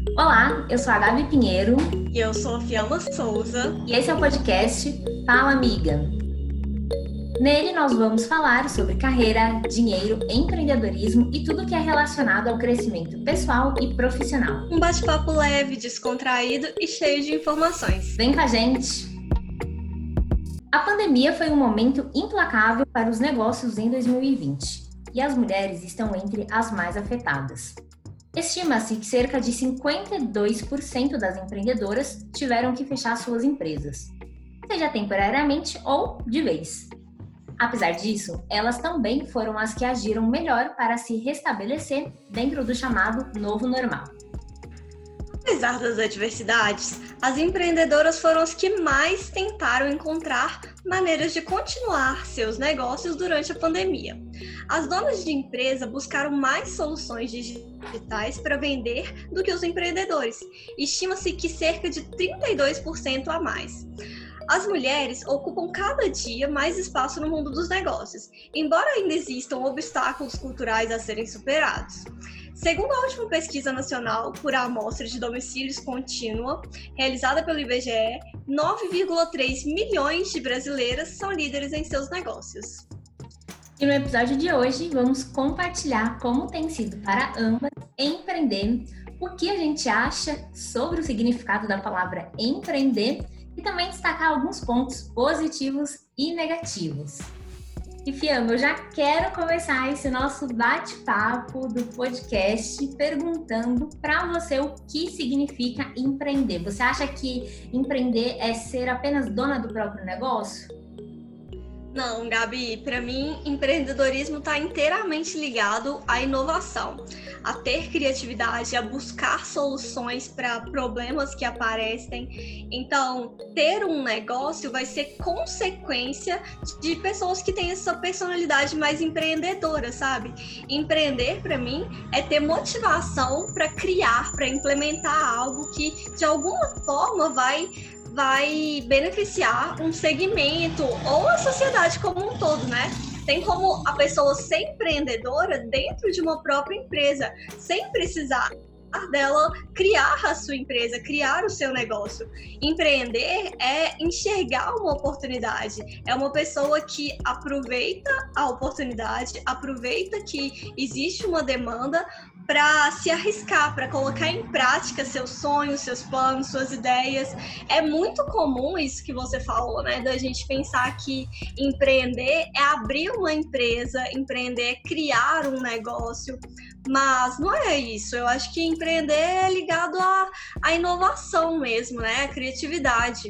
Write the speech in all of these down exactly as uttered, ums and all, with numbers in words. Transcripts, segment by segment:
Olá, eu sou a Gabi Pinheiro. E eu sou a Fiamma Souza. E esse é o podcast Fala Amiga. Nele nós vamos falar sobre carreira, dinheiro, empreendedorismo e tudo que é relacionado ao crescimento pessoal e profissional. Um bate-papo leve, descontraído e cheio de informações. Vem com a gente! A pandemia foi um momento implacável para os negócios em dois mil e vinte e as mulheres estão entre as mais afetadas. Estima-se que cerca de cinquenta e dois por cento das empreendedoras tiveram que fechar suas empresas, seja temporariamente ou de vez. Apesar disso, elas também foram as que agiram melhor para se restabelecer dentro do chamado novo normal. Apesar das adversidades, as empreendedoras foram as que mais tentaram encontrar maneiras de continuar seus negócios durante a pandemia. As donas de empresa buscaram mais soluções digitais para vender do que os empreendedores. Estima-se que cerca de trinta e dois por cento a mais. As mulheres ocupam cada dia mais espaço no mundo dos negócios, embora ainda existam obstáculos culturais a serem superados. Segundo a última pesquisa nacional por amostra de domicílios contínua, realizada pelo I B G E, nove vírgula três milhões de brasileiras são líderes em seus negócios. E no episódio de hoje, vamos compartilhar como tem sido para ambas empreender, o que a gente acha sobre o significado da palavra empreender e também destacar alguns pontos positivos e negativos. E Fiamma, eu já quero começar esse nosso bate-papo do podcast perguntando para você o que significa empreender. Você acha que empreender é ser apenas dona do próprio negócio? Não, Gabi, para mim, empreendedorismo está inteiramente ligado à inovação, a ter criatividade, a buscar soluções para problemas que aparecem. Então, ter um negócio vai ser consequência de pessoas que têm essa personalidade mais empreendedora, sabe? Empreender, para mim, é ter motivação para criar, para implementar algo que, de alguma forma, vai... vai beneficiar um segmento ou a sociedade como um todo, né? Tem como a pessoa ser empreendedora dentro de uma própria empresa, sem precisar dela criar a sua empresa, criar o seu negócio. Empreender é enxergar uma oportunidade, é uma pessoa que aproveita a oportunidade, aproveita que existe uma demanda para se arriscar, para colocar em prática seus sonhos, seus planos, suas ideias. É muito comum isso que você falou, né? Da gente pensar que empreender é abrir uma empresa, empreender é criar um negócio, mas não é isso. Eu acho que empreender é ligado à, à inovação mesmo, né? A criatividade.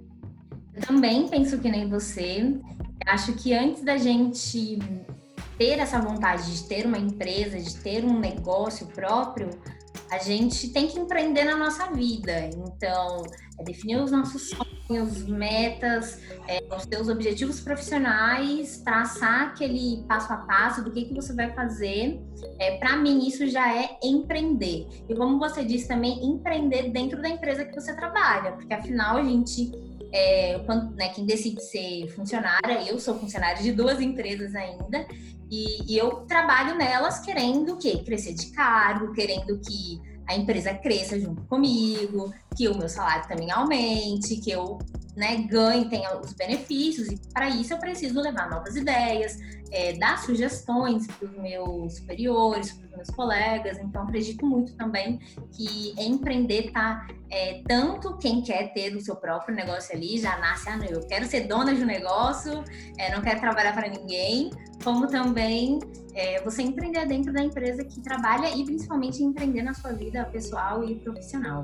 Eu também penso que nem você. Acho que antes da gente ter essa vontade de ter uma empresa, de ter um negócio próprio, a gente tem que empreender na nossa vida. Então, é definir os nossos sonhos, metas, é, os seus objetivos profissionais, traçar aquele passo a passo do que, que você vai fazer. É, para mim, isso já é empreender. E como você disse também, empreender dentro da empresa que você trabalha, porque afinal a gente... É, quando, né, quem decide ser funcionária, eu sou funcionária de duas empresas ainda, e, e eu trabalho nelas querendo o quê? Crescer de cargo, querendo que a empresa cresça junto comigo, que o meu salário também aumente, que eu, né, ganhe, tenha os benefícios, e para isso eu preciso levar novas ideias, é, dar sugestões para os meus superiores, para os meus colegas. Então acredito muito também que empreender tá é, tanto quem quer ter o seu próprio negócio ali, já nasce, ah, não, eu quero ser dona de um negócio, é, não quero trabalhar para ninguém, como também é, você empreender dentro da empresa que trabalha e principalmente empreender na sua vida pessoal e profissional.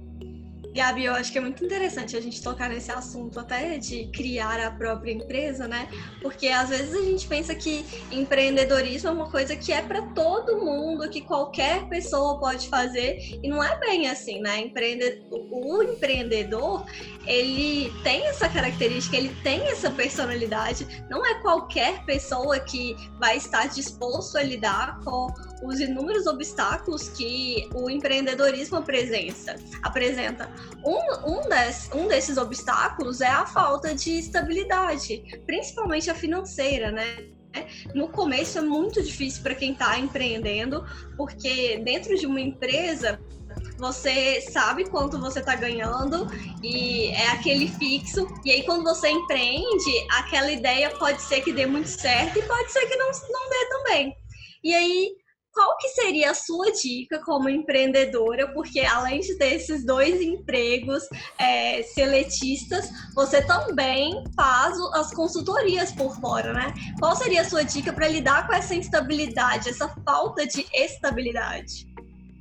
Gabi, eu acho que é muito interessante a gente tocar nesse assunto até de criar a própria empresa, né? Porque às vezes a gente pensa que empreendedorismo é uma coisa que é para todo mundo, que qualquer pessoa pode fazer, e não é bem assim, né? Empreende... O empreendedor, ele tem essa característica, ele tem essa personalidade, não é qualquer pessoa que vai estar disposto a lidar com os inúmeros obstáculos que o empreendedorismo apresenta. apresenta. Um, um, des, um desses obstáculos é a falta de estabilidade, principalmente a financeira, né? No começo é muito difícil para quem está empreendendo, porque dentro de uma empresa você sabe quanto você está ganhando e é aquele fixo. E aí, quando você empreende, aquela ideia pode ser que dê muito certo e pode ser que não, não dê também. E aí, qual que seria a sua dica como empreendedora? Porque além de ter esses dois empregos é, seletistas, você também faz as consultorias por fora, né? Qual seria a sua dica para lidar com essa instabilidade, essa falta de estabilidade?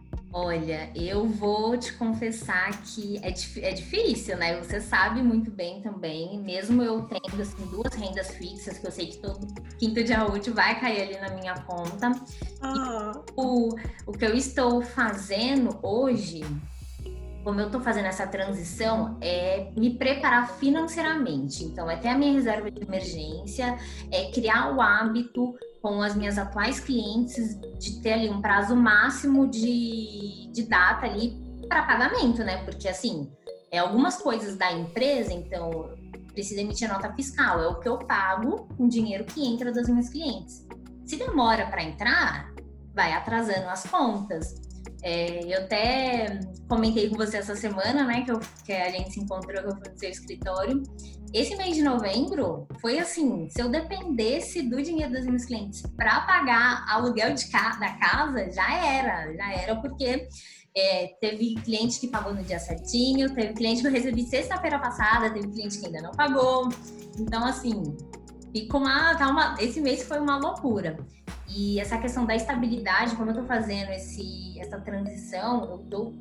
Olha, eu vou te confessar que é, é difícil, né? Você sabe muito bem também, mesmo eu tendo assim, duas rendas fixas, que eu sei que todo quinto dia útil vai cair ali na minha conta. Ah. O, o que eu estou fazendo hoje, como eu estou fazendo essa transição, é me preparar financeiramente. Então, é ter a minha reserva de emergência, é criar o hábito com as minhas atuais clientes de ter ali um prazo máximo de, de data ali para pagamento, né? Porque, assim, é algumas coisas da empresa, então, precisa emitir nota fiscal, é o que eu pago com o dinheiro que entra das minhas clientes. Se demora para entrar, vai atrasando as contas. É, eu até comentei com você essa semana, né, que, eu, que a gente se encontrou, que eu fui no seu escritório. Esse mês de novembro foi assim, se eu dependesse do dinheiro das minhas clientes para pagar aluguel de ca- da casa, já era, já era, porque é, teve cliente que pagou no dia certinho, teve cliente que eu recebi sexta-feira passada, teve cliente que ainda não pagou. Então, assim, ficou uma, tá uma, esse mês foi uma loucura. E essa questão da estabilidade, como eu tô fazendo esse, essa transição, eu tô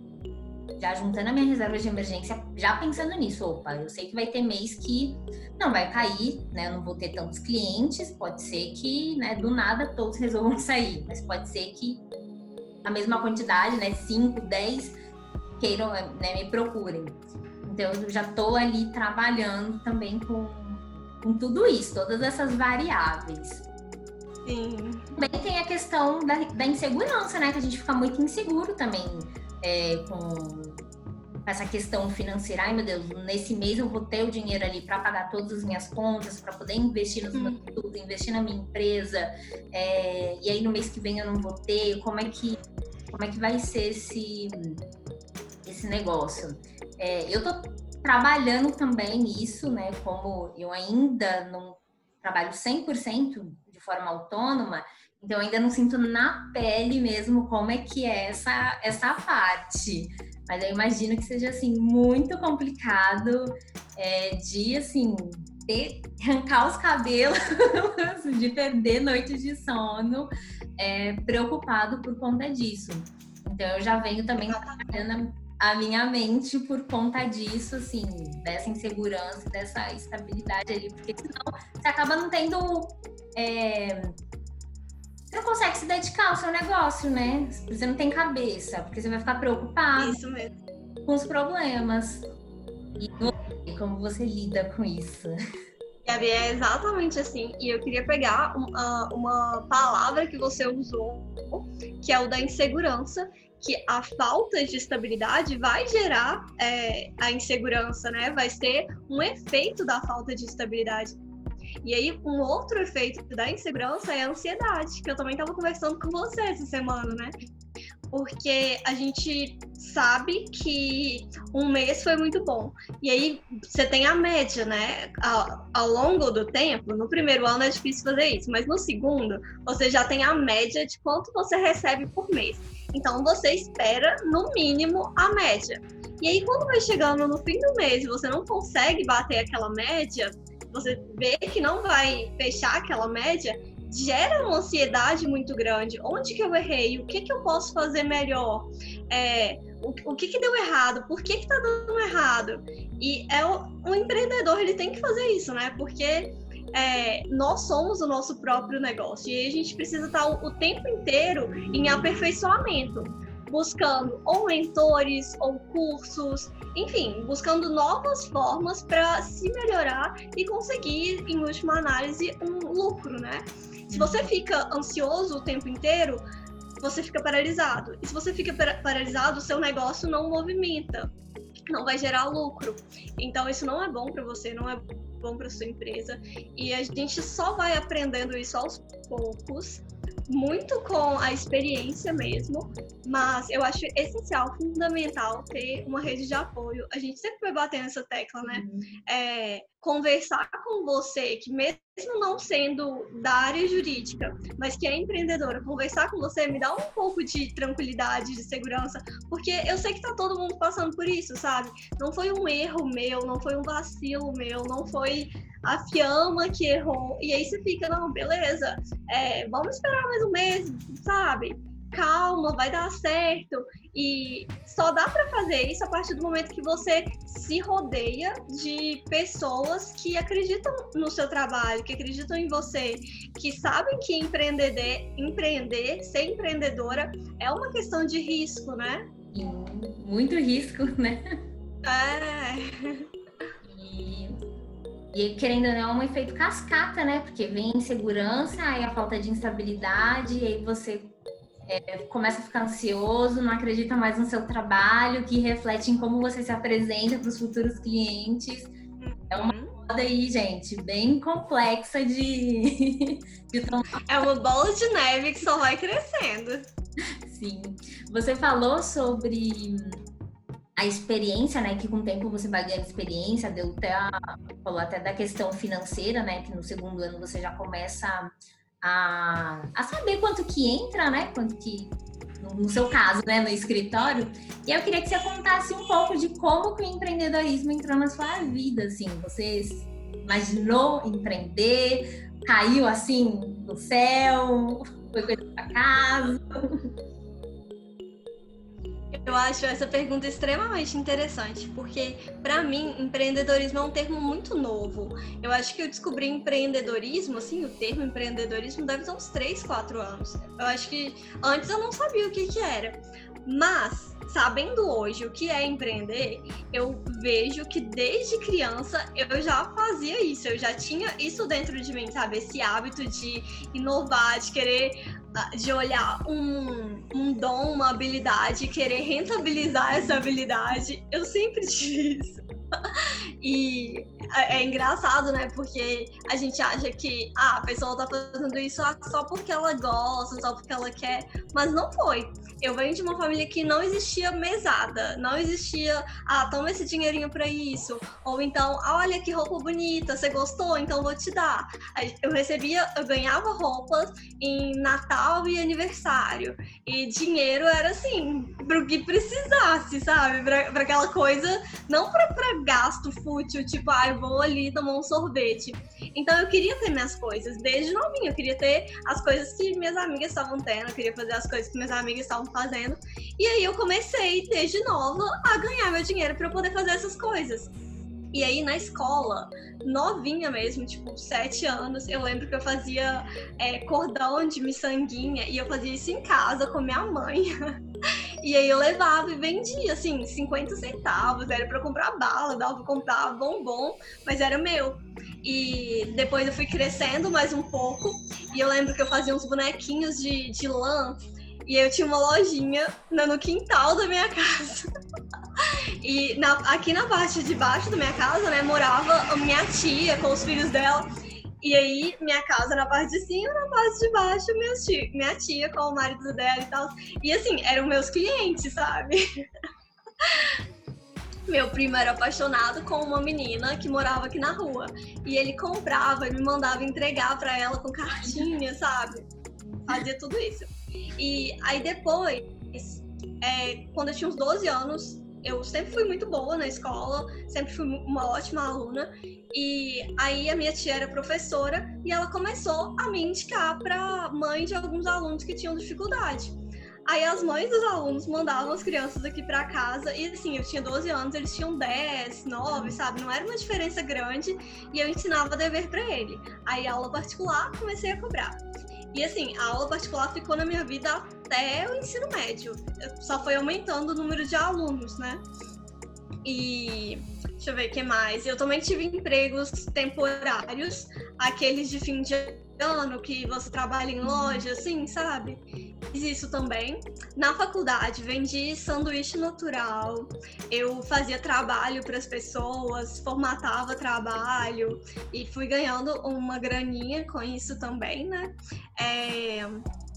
já juntando a minha reserva de emergência, já pensando nisso. Opa, eu sei que vai ter mês que não vai cair, né? Eu não vou ter tantos clientes, pode ser que, né, do nada todos resolvam sair, mas pode ser que a mesma quantidade, né, cinco, dez, queiram, né, me procurem. Então, eu já tô ali trabalhando também com, com tudo isso, todas essas variáveis. Sim. Também tem a questão da, da insegurança, né? Que a gente fica muito inseguro também é, com essa questão financeira. Ai, meu Deus, nesse mês eu vou ter o dinheiro ali para pagar todas as minhas contas, para poder investir nos meus estudos, investir na minha empresa. É, e aí no mês que vem eu não vou ter. Como é que, como é que vai ser esse, esse negócio? É, eu tô trabalhando também isso, né? Como eu ainda não trabalho cem por cento de forma autônoma, então eu ainda não sinto na pele mesmo como é que é essa, essa parte. Mas eu imagino que seja, assim, muito complicado é, de, assim, ter, arrancar os cabelos, de perder noites de sono, é, preocupado por conta disso. Então eu já venho também trabalhando a minha mente por conta disso, assim, dessa insegurança, dessa estabilidade ali, porque senão você acaba não tendo... É, você não consegue se dedicar ao seu negócio, né? Você não tem cabeça, porque você vai ficar preocupado Isso mesmo. com os problemas. E você, como você lida com isso? Gabi, é exatamente assim. E eu queria pegar uma, uma palavra que você usou, que é o da insegurança, que a falta de estabilidade vai gerar é, a insegurança, né? Vai ser um efeito da falta de estabilidade. E aí, um outro efeito da insegurança é a ansiedade, que eu também estava conversando com você essa semana, né? Porque a gente sabe que um mês foi muito bom. E aí, você tem a média, né? Ao, ao longo do tempo, no primeiro ano é difícil fazer isso, mas no segundo, você já tem a média de quanto você recebe por mês. Então, você espera, no mínimo, a média. E aí, quando vai chegando no fim do mês e você não consegue bater aquela média, você vê que não vai fechar aquela média, gera uma ansiedade muito grande. Onde que eu errei? O que que eu posso fazer melhor? É, o, o que que deu errado? Por que que tá dando errado? E é o, o empreendedor, ele tem que fazer isso, né? Porque é, nós somos o nosso próprio negócio e a gente precisa estar o, o tempo inteiro em aperfeiçoamento, buscando ou mentores ou cursos, enfim, buscando novas formas para se melhorar e conseguir, em última análise, um lucro, né? Se você fica ansioso o tempo inteiro, você fica paralisado. E se você fica paralisado, o seu negócio não movimenta, não vai gerar lucro. Então, isso não é bom para você, não é bom para sua empresa. E a gente só vai aprendendo isso aos poucos, muito com a experiência mesmo, mas eu acho essencial, fundamental ter uma rede de apoio. A gente sempre vai bater nessa tecla, né? Uhum. É, conversar com você, que mesmo não sendo da área jurídica, mas que é empreendedora, conversar com você me dá um pouco de tranquilidade, de segurança, porque eu sei que tá todo mundo passando por isso, sabe? Não foi um erro meu, não foi um vacilo meu, não foi a Fiamma que errou, e aí você fica, não, beleza, é, vamos esperar mais um mês, sabe? Calma, vai dar certo. E só dá para fazer isso a partir do momento que você se rodeia de pessoas que acreditam no seu trabalho, que acreditam em você, que sabem que empreender, empreender, ser empreendedora é uma questão de risco, né? E muito risco, né? É. E, e querendo ou não, é um efeito cascata, né? Porque vem insegurança, aí a falta de instabilidade, e aí você É, começa a ficar ansioso, não acredita mais no seu trabalho, que reflete em como você se apresenta para os futuros clientes. É uma roda aí, gente, bem complexa de, de tomar. É uma bola de neve que só vai crescendo. Sim. Você falou sobre a experiência, né? Que com o tempo você vai ganhando experiência, deu até a, falou até da questão financeira, né? Que no segundo ano você já começa a A, a saber quanto que entra, né? Quanto que, no, no seu caso, né? No escritório. E eu queria que você contasse um pouco de como que o empreendedorismo entrou na sua vida, assim. Você imaginou empreender? Caiu, assim, do céu? Foi coisa do acaso? Eu acho essa pergunta extremamente interessante, porque, para mim, empreendedorismo é um termo muito novo. Eu acho que eu descobri empreendedorismo, assim, o termo empreendedorismo deve ter uns três, quatro anos. Eu acho que antes eu não sabia o que que era. Mas, sabendo hoje o que é empreender, eu vejo que desde criança eu já fazia isso, eu já tinha isso dentro de mim, sabe? Esse hábito de inovar, de querer, de olhar um, um dom, uma habilidade, querer rentabilizar essa habilidade. Eu sempre tive isso. E é engraçado, né? Porque a gente acha que ah, a pessoa tá fazendo isso só porque ela gosta, só porque ela quer, mas não foi. Eu venho de uma família que não existia mesada, não existia, ah, toma esse dinheirinho pra isso, ou então, ah, olha que roupa bonita, você gostou? Então vou te dar. Eu recebia, eu ganhava roupas em Natal e aniversário, e dinheiro era assim, pro que precisasse, sabe? Pra, pra aquela coisa, não pra, pra gasto fútil, tipo, ah, eu vou ali tomar um sorvete. Então eu queria ter minhas coisas, desde novinha, eu queria ter as coisas que minhas amigas estavam tendo, eu queria fazer as coisas que minhas amigas estavam fazendo. E aí eu comecei, desde nova, a ganhar meu dinheiro para eu poder fazer essas coisas. E aí na escola, novinha mesmo, tipo, sete anos, eu lembro que eu fazia é, cordão de miçanguinha e eu fazia isso em casa com minha mãe. E aí eu levava e vendia, assim, cinquenta centavos, era pra comprar bala, dava pra comprar bombom, mas era meu. E depois eu fui crescendo mais um pouco, e eu lembro que eu fazia uns bonequinhos de, de lã, e eu tinha uma lojinha no quintal da minha casa. E na, aqui na parte de baixo da minha casa, né, morava a minha tia com os filhos dela. E aí, minha casa na parte de cima, na parte de baixo, meus tia, minha tia com o marido dela e tal. E assim, eram meus clientes, sabe? Meu primo era apaixonado com uma menina que morava aqui na rua. E ele comprava e me mandava entregar pra ela com cartinha, sabe? Fazia tudo isso. E aí depois, é, quando eu tinha uns doze anos, eu sempre fui muito boa na escola, sempre fui uma ótima aluna. E aí a minha tia era professora e ela começou a me indicar para mãe de alguns alunos que tinham dificuldade. Aí as mães dos alunos mandavam as crianças aqui para casa e assim, eu tinha doze anos, eles tinham dez, nove, sabe? Não era uma diferença grande e eu ensinava dever para ele. Aí aula particular, comecei a cobrar. E assim, a aula particular ficou na minha vida até o ensino médio. Só foi aumentando o número de alunos, né? E deixa eu ver o que mais. Eu também tive empregos temporários, aqueles de fim de ano, que você trabalha em loja, assim, sabe? Fiz isso também. Na faculdade, vendi sanduíche natural, eu fazia trabalho para as pessoas, formatava trabalho e fui ganhando uma graninha com isso também, né? É...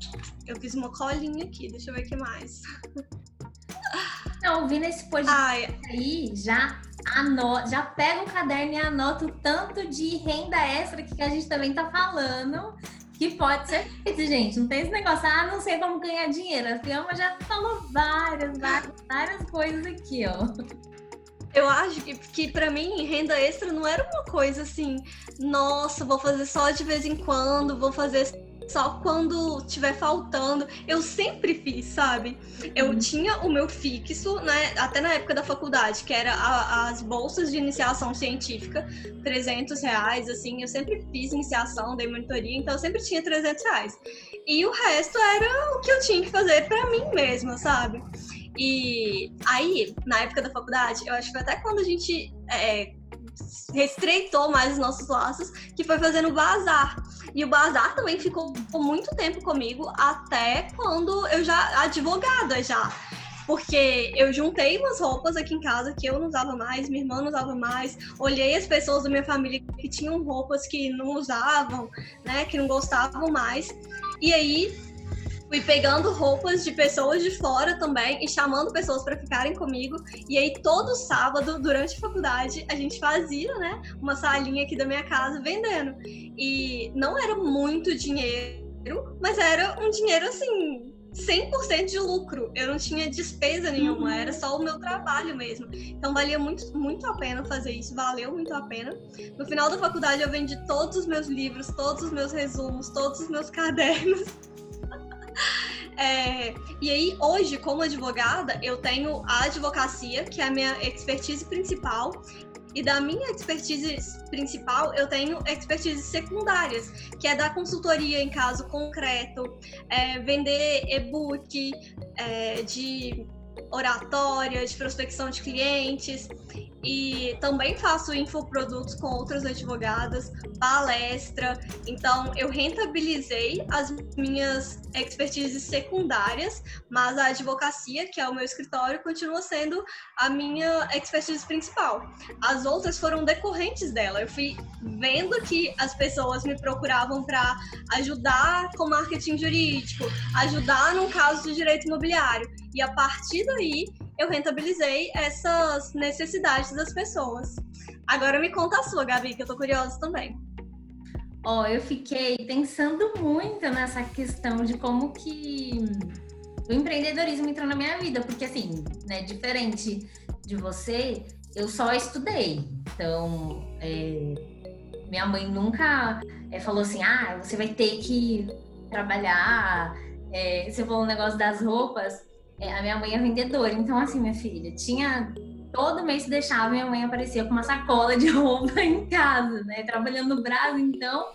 Eu fiz uma colinha aqui, deixa eu ver o que mais. Não, ouvindo esse podcast Ai, aí, já anota, já pega o caderno e anota o tanto de renda extra que a gente também tá falando, que pode ser feito, gente. Não tem esse negócio, ah, não sei como ganhar dinheiro. A Fiamma já falou várias, várias, várias coisas aqui, ó. eu acho que, que para mim, renda extra não era uma coisa assim, nossa, vou fazer só de vez em quando, vou fazer só quando tiver faltando. Eu sempre fiz, sabe? Eu Uhum. tinha o meu fixo, né? Até na época da faculdade, que era a, as bolsas de iniciação científica, trezentos reais, assim. Eu sempre fiz iniciação, dei monitoria, então eu sempre tinha trezentos reais. E o resto era o que eu tinha que fazer para mim mesma, sabe? E aí, na época da faculdade, eu acho que foi até quando a gente é, restreitou mais os nossos laços, que foi fazendo bazar. E o bazar também ficou muito tempo comigo, até quando eu já, advogada já. Porque eu juntei umas roupas aqui em casa que eu não usava mais, minha irmã não usava mais. Olhei as pessoas da minha família que tinham roupas que não usavam, né, que não gostavam mais. E aí fui pegando roupas de pessoas de fora também e chamando pessoas para ficarem comigo. E aí todo sábado, durante a faculdade, a gente fazia, né, uma salinha aqui da minha casa vendendo. E não era muito dinheiro, mas era um dinheiro assim, cem por cento de lucro. Eu não tinha despesa nenhuma, era só o meu trabalho mesmo. Então valia muito, muito a pena fazer isso, valeu muito a pena. No final da faculdade eu vendi todos os meus livros, todos os meus resumos, todos os meus cadernos. É, e aí, hoje, como advogada, eu tenho a advocacia, que é a minha expertise principal, e da minha expertise principal, eu tenho expertises secundárias, que é dar consultoria em caso concreto, é, vender e-book, é, de oratória, de prospecção de clientes, e também faço infoprodutos com outras advogadas, palestra. Então eu rentabilizei as minhas expertises secundárias, mas a advocacia, que é o meu escritório, continua sendo a minha expertise principal. As outras foram decorrentes dela. Eu fui vendo que as pessoas me procuravam para ajudar com marketing jurídico, ajudar num caso de direito imobiliário, e a partir daí eu rentabilizei essas necessidades das pessoas. Agora me conta a sua, Gabi, que eu tô curiosa também. Ó, oh, eu fiquei pensando muito nessa questão de como que o empreendedorismo entrou na minha vida, porque assim, né, diferente de você, eu só estudei. Então, é, minha mãe nunca é, falou assim, ah, você vai ter que trabalhar. É, você falou o negócio das roupas, é, a minha mãe é vendedora, então assim, minha filha, tinha... Todo mês que deixava, minha mãe aparecia com uma sacola de roupa em casa, né? Trabalhando no Brasil, então.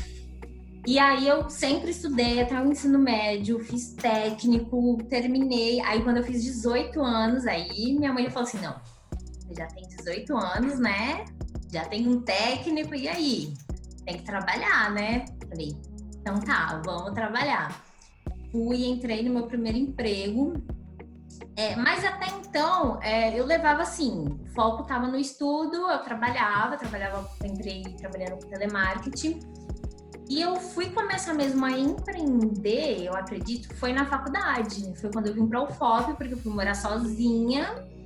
E aí eu sempre estudei até o ensino médio, fiz técnico, terminei. Aí quando eu fiz dezoito anos, aí minha mãe falou assim, não, você já tem dezoito anos, né? Já tem um técnico, e aí? Tem que trabalhar, né? Falei, então tá, vamos trabalhar. Fui, entrei no meu primeiro emprego. É, mas até então, é, eu levava assim, o foco estava no estudo, eu trabalhava, trabalhava, entrei trabalhando com telemarketing, e eu fui começar mesmo a empreender, eu acredito, foi na faculdade, foi quando eu vim para o F O P, porque eu fui morar sozinha,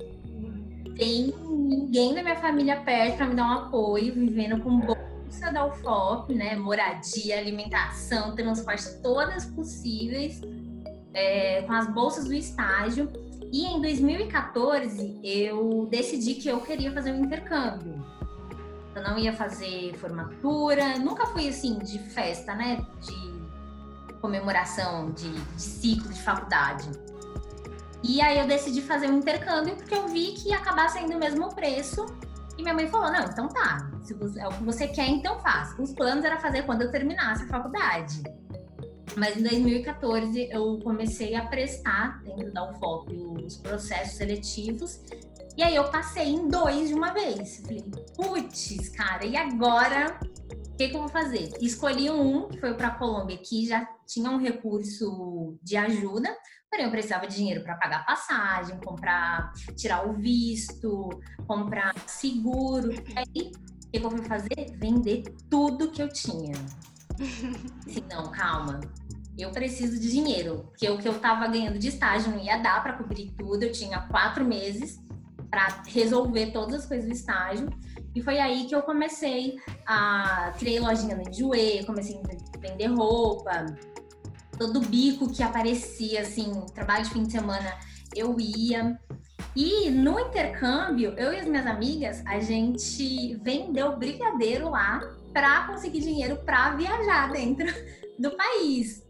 tem ninguém da minha família perto para me dar um apoio, vivendo com bolsa da U F O P, né, moradia, alimentação, transporte, todas possíveis, é, com as bolsas do estágio. E em dois mil e quatorze, eu decidi que eu queria fazer um intercâmbio. Eu não ia fazer formatura, nunca fui assim de festa, né? De comemoração, de, de ciclo de faculdade. E aí eu decidi fazer um intercâmbio porque eu vi que ia acabar saindo o mesmo preço. E minha mãe falou, não, então tá, se é o que você quer, então faz. Os planos era fazer quando eu terminasse a faculdade. Mas em dois mil e quatorze eu comecei a prestar dentro da U F O P os processos seletivos, e aí eu passei em dois de uma vez. Falei, putz, cara, e agora o que, que eu vou fazer? Escolhi um, que foi para a Colômbia, que já tinha um recurso de ajuda, porém eu precisava de dinheiro para pagar passagem, comprar, tirar o visto, comprar seguro. E aí, o que, que eu fui fazer? Vender tudo que eu tinha. Assim, não, calma. eu preciso de dinheiro, porque o que eu estava ganhando de estágio não ia dar para cobrir tudo, eu tinha quatro meses para resolver todas as coisas do estágio, e foi aí que eu comecei a... criei lojinha no Enjoei, comecei a vender roupa, todo bico que aparecia, assim, trabalho de fim de semana, eu ia. E no intercâmbio, eu e as minhas amigas, a gente vendeu brigadeiro lá para conseguir dinheiro para viajar dentro do país.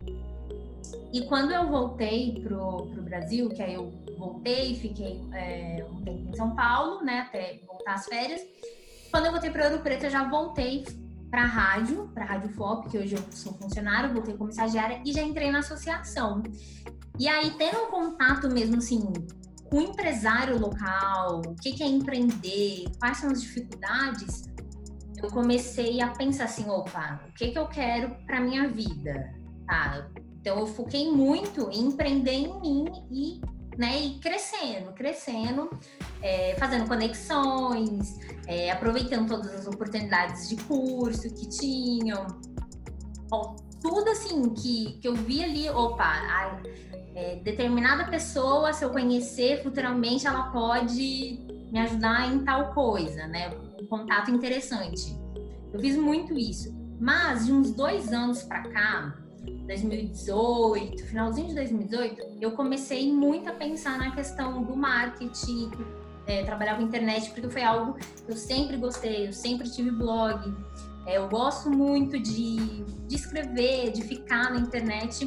E quando eu voltei pro, pro Brasil, que aí eu voltei, fiquei é, um tempo em São Paulo, né, até voltar às férias. Quando eu voltei para Ouro Preto, eu já voltei para a rádio, para a Rádio F O P, que hoje eu sou funcionária, voltei como estagiária e já entrei na associação. E aí, tendo um contato mesmo, assim, com o empresário local, o que, que é empreender, quais são as dificuldades, eu comecei a pensar assim, opa, o que, que eu quero para minha vida? Tá? Então, eu foquei muito em empreender em mim e, né, e crescendo, crescendo, é, fazendo conexões, é, aproveitando todas as oportunidades de curso que tinham. Bom, tudo assim que, que eu vi ali, opa, a, é, determinada pessoa, se eu conhecer futuramente, ela pode me ajudar em tal coisa, né? Um contato interessante. Eu fiz muito isso. Mas de uns dois anos para cá, dois mil e dezoito, finalzinho de dois mil e dezoito, eu comecei muito a pensar na questão do marketing, é, trabalhar com internet, porque foi algo que eu sempre gostei, eu sempre tive blog, é, eu gosto muito de, de escrever, de ficar na internet,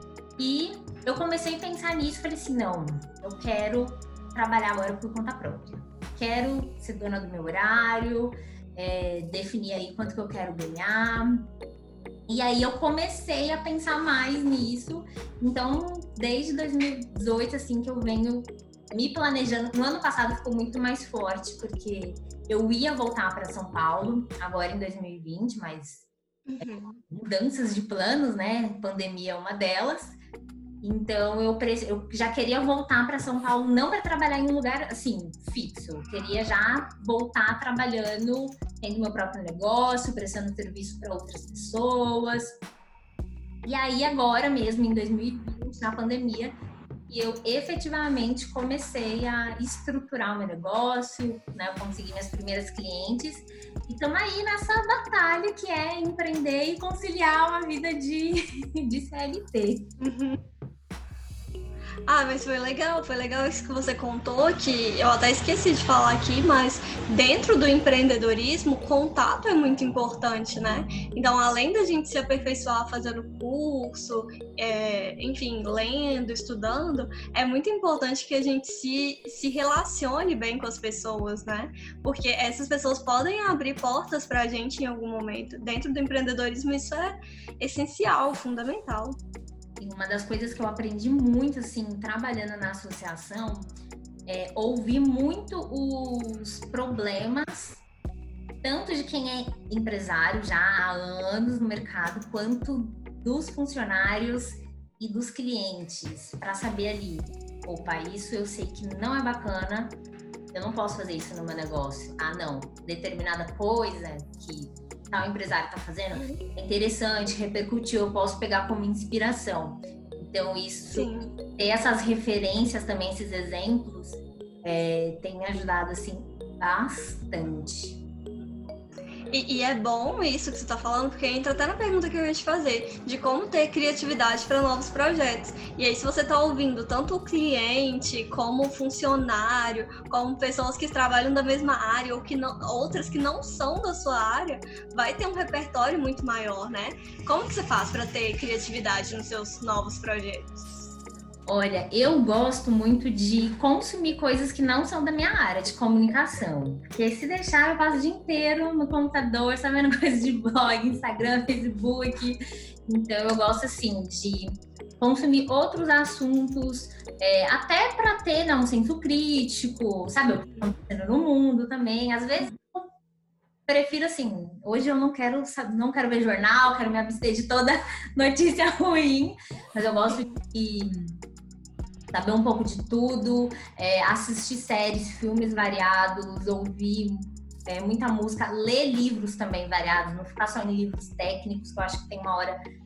e eu comecei a pensar nisso, falei assim, não, eu quero trabalhar agora por conta própria, quero ser dona do meu horário, é, definir aí quanto que eu quero ganhar. E aí eu comecei a pensar mais nisso. Então, desde dois mil e dezoito, assim, que eu venho me planejando. No ano passado ficou muito mais forte, porque eu ia voltar para São Paulo, agora em dois mil e vinte, mas uhum. mudanças de planos, né? Pandemia é uma delas. Então, eu, eu já queria voltar para São Paulo, não para trabalhar em um lugar, assim, fixo. Eu queria já voltar trabalhando, tendo meu próprio negócio, prestando serviço para outras pessoas. E aí, agora mesmo, em dois mil e vinte, na pandemia, eu efetivamente comecei a estruturar o meu negócio, né? Eu consegui minhas primeiras clientes. E estamos aí nessa batalha que é empreender e conciliar uma vida de, de C L T. Uhum. Ah, mas foi legal, foi legal isso que você contou, que eu até esqueci de falar aqui, mas dentro do empreendedorismo, contato é muito importante, né? Então, além da gente se aperfeiçoar fazendo curso, é, enfim, lendo, estudando, é muito importante que a gente se, se relacione bem com as pessoas, né? Porque essas pessoas podem abrir portas pra gente em algum momento. Dentro do empreendedorismo, isso é essencial, fundamental. Uma das coisas que eu aprendi muito, assim, trabalhando na associação, é ouvir muito os problemas, tanto de quem é empresário já há anos no mercado, quanto dos funcionários e dos clientes, para saber ali, opa, isso eu sei que não é bacana, eu não posso fazer isso no meu negócio. Ah, não, determinada coisa que o empresário está fazendo, é interessante, repercutiu, eu posso pegar como inspiração. Então, isso, Sim. ter essas referências também, esses exemplos, é, tem me ajudado, assim, bastante. E, e é bom isso que você está falando, porque entra até na pergunta que eu ia te fazer, de como ter criatividade para novos projetos. E aí, se você está ouvindo tanto o cliente, como o funcionário, como pessoas que trabalham da mesma área, ou que não, outras que não são da sua área, vai ter um repertório muito maior, né? Como que você faz para ter criatividade nos seus novos projetos? Olha, eu gosto muito de consumir coisas que não são da minha área de comunicação. Porque se deixar, eu passo o dia inteiro no computador, sabendo coisas de blog, Instagram, Facebook. Então, eu gosto, assim, de consumir outros assuntos, é, até para ter, né, um senso crítico, sabe? O que está acontecendo no mundo também. Às vezes, eu prefiro, assim, hoje eu não quero, não quero ver jornal, quero me abster de toda notícia ruim. Mas eu gosto de saber um pouco de tudo, é, assistir séries, filmes variados, ouvir é, muita música, ler livros também variados, não ficar só em livros técnicos, que eu acho que tem uma hora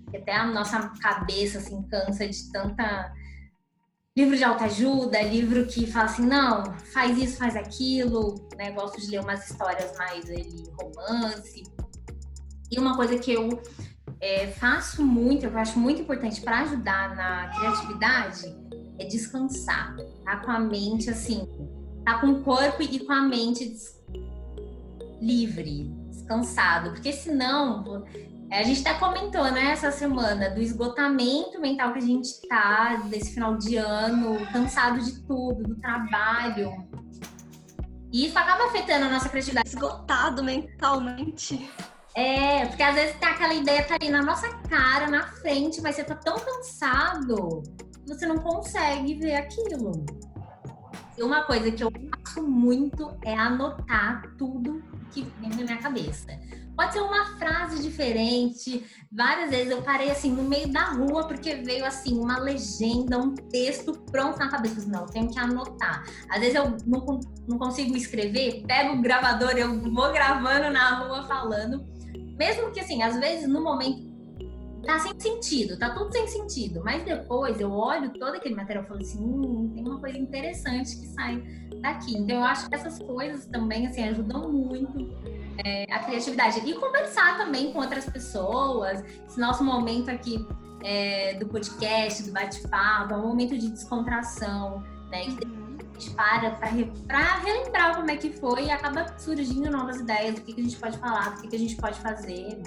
até a nossa cabeça assim cansa de tanta livro de autoajuda, livro que fala assim, não, faz isso, faz aquilo, né? Gosto de ler umas histórias mais ali, romance. E uma coisa que eu é, faço muito, eu acho muito importante para ajudar na criatividade, é descansar, tá com a mente assim, tá com o corpo e com a mente des... livre, descansado, porque senão a gente até comentou, né, essa semana do esgotamento mental que a gente tá desse final de ano, cansado de tudo, do trabalho, e isso acaba afetando a nossa criatividade. Esgotado mentalmente. É, porque às vezes tá aquela ideia tá ali na nossa cara, na frente, mas você tá tão cansado que você não consegue ver aquilo. E uma coisa que eu faço muito é anotar tudo que vem na minha cabeça. Pode ser uma frase diferente. Várias vezes eu parei assim no meio da rua porque veio assim uma legenda, um texto pronto na cabeça. Não, eu tenho que anotar. Às vezes eu não, não consigo escrever, pego o gravador, eu vou gravando na rua falando. Mesmo que assim, às vezes no momento tá sem sentido, tá tudo sem sentido. Mas depois eu olho todo aquele material e falo assim, hum, tem uma coisa interessante que sai daqui. Então eu acho que essas coisas também assim ajudam muito é, a criatividade. E conversar também com outras pessoas. Esse nosso momento aqui é, do podcast, do bate-papo, é um momento de descontração, né? Que a gente para para relembrar como é que foi e acaba surgindo novas ideias do que, que a gente pode falar, do que, que a gente pode fazer.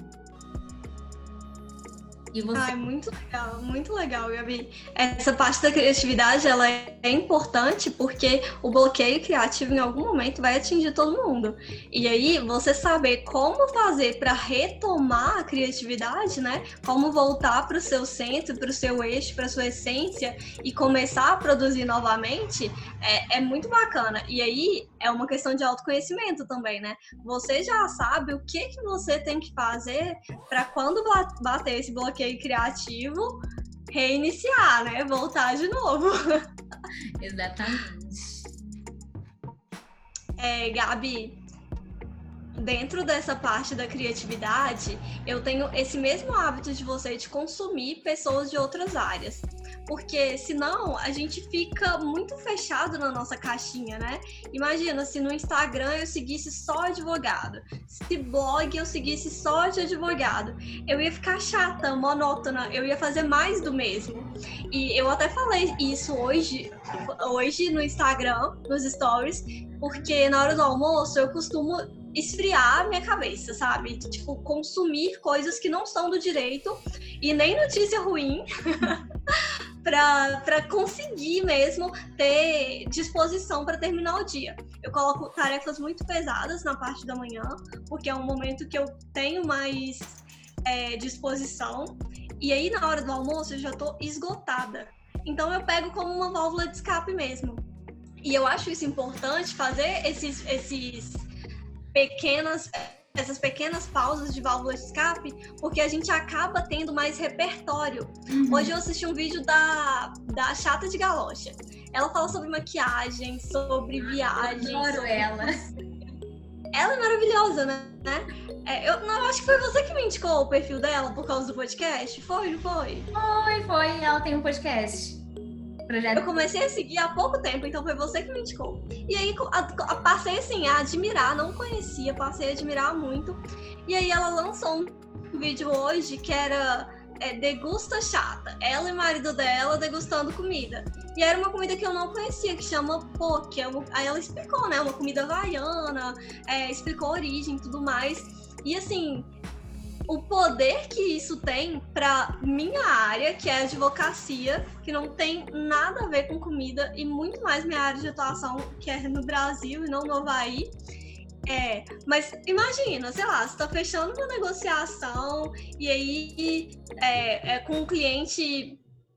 E você... Ai, muito legal, muito legal, Gabi. Essa parte da criatividade, ela é importante porque o bloqueio criativo em algum momento vai atingir todo mundo. E aí, você saber como fazer para retomar a criatividade, né? Como voltar para o seu centro, para o seu eixo, para a sua essência e começar a produzir novamente, é, é muito bacana. E aí, é uma questão de autoconhecimento também, né? Você já sabe o que, que você tem que fazer para quando bater esse bloqueio criativo, reiniciar, né? Voltar de novo. Exatamente. É, Gabi, dentro dessa parte da criatividade, eu tenho esse mesmo hábito de você de consumir pessoas de outras áreas. Porque senão a gente fica muito fechado na nossa caixinha, né? Imagina se no Instagram eu seguisse só advogado, se blog eu seguisse só de advogado, eu ia ficar chata, monótona, eu ia fazer mais do mesmo. E eu até falei isso hoje, hoje no Instagram, nos stories, porque na hora do almoço eu costumo esfriar a minha cabeça, sabe? Tipo, consumir coisas que não são do direito e nem notícia ruim. para conseguir mesmo ter disposição para terminar o dia. Eu coloco tarefas muito pesadas na parte da manhã, porque é um momento que eu tenho mais é, disposição, e aí na hora do almoço eu já estou esgotada. Então eu pego como uma válvula de escape mesmo. E eu acho isso importante, fazer esses, esses pequenas... essas pequenas pausas de válvula de escape, porque a gente acaba tendo mais repertório. Uhum. Hoje eu assisti um vídeo da, da Chata de Galocha. Ela fala sobre maquiagem, sobre viagem. Eu adoro sobre... ela. Ela é maravilhosa, né? É, eu não acho que foi você que me indicou o perfil dela por causa do podcast. Foi, não foi? Foi, foi. Ela tem um podcast. Projeto. Eu comecei a seguir há pouco tempo, então foi você que me indicou. E aí a, a, passei assim a admirar, não conhecia, passei a admirar muito. E aí ela lançou um vídeo hoje que era é, Degusta Chata. Ela e o marido dela degustando comida. E era uma comida que eu não conhecia, que chama poke. Aí ela explicou, né? Uma comida havaiana, é, explicou a origem e tudo mais. E assim... o poder que isso tem para minha área, que é a advocacia, que não tem nada a ver com comida, e muito mais minha área de atuação, que é no Brasil e não no Havaí. É, mas imagina, sei lá, você tá fechando uma negociação e aí é, é com um cliente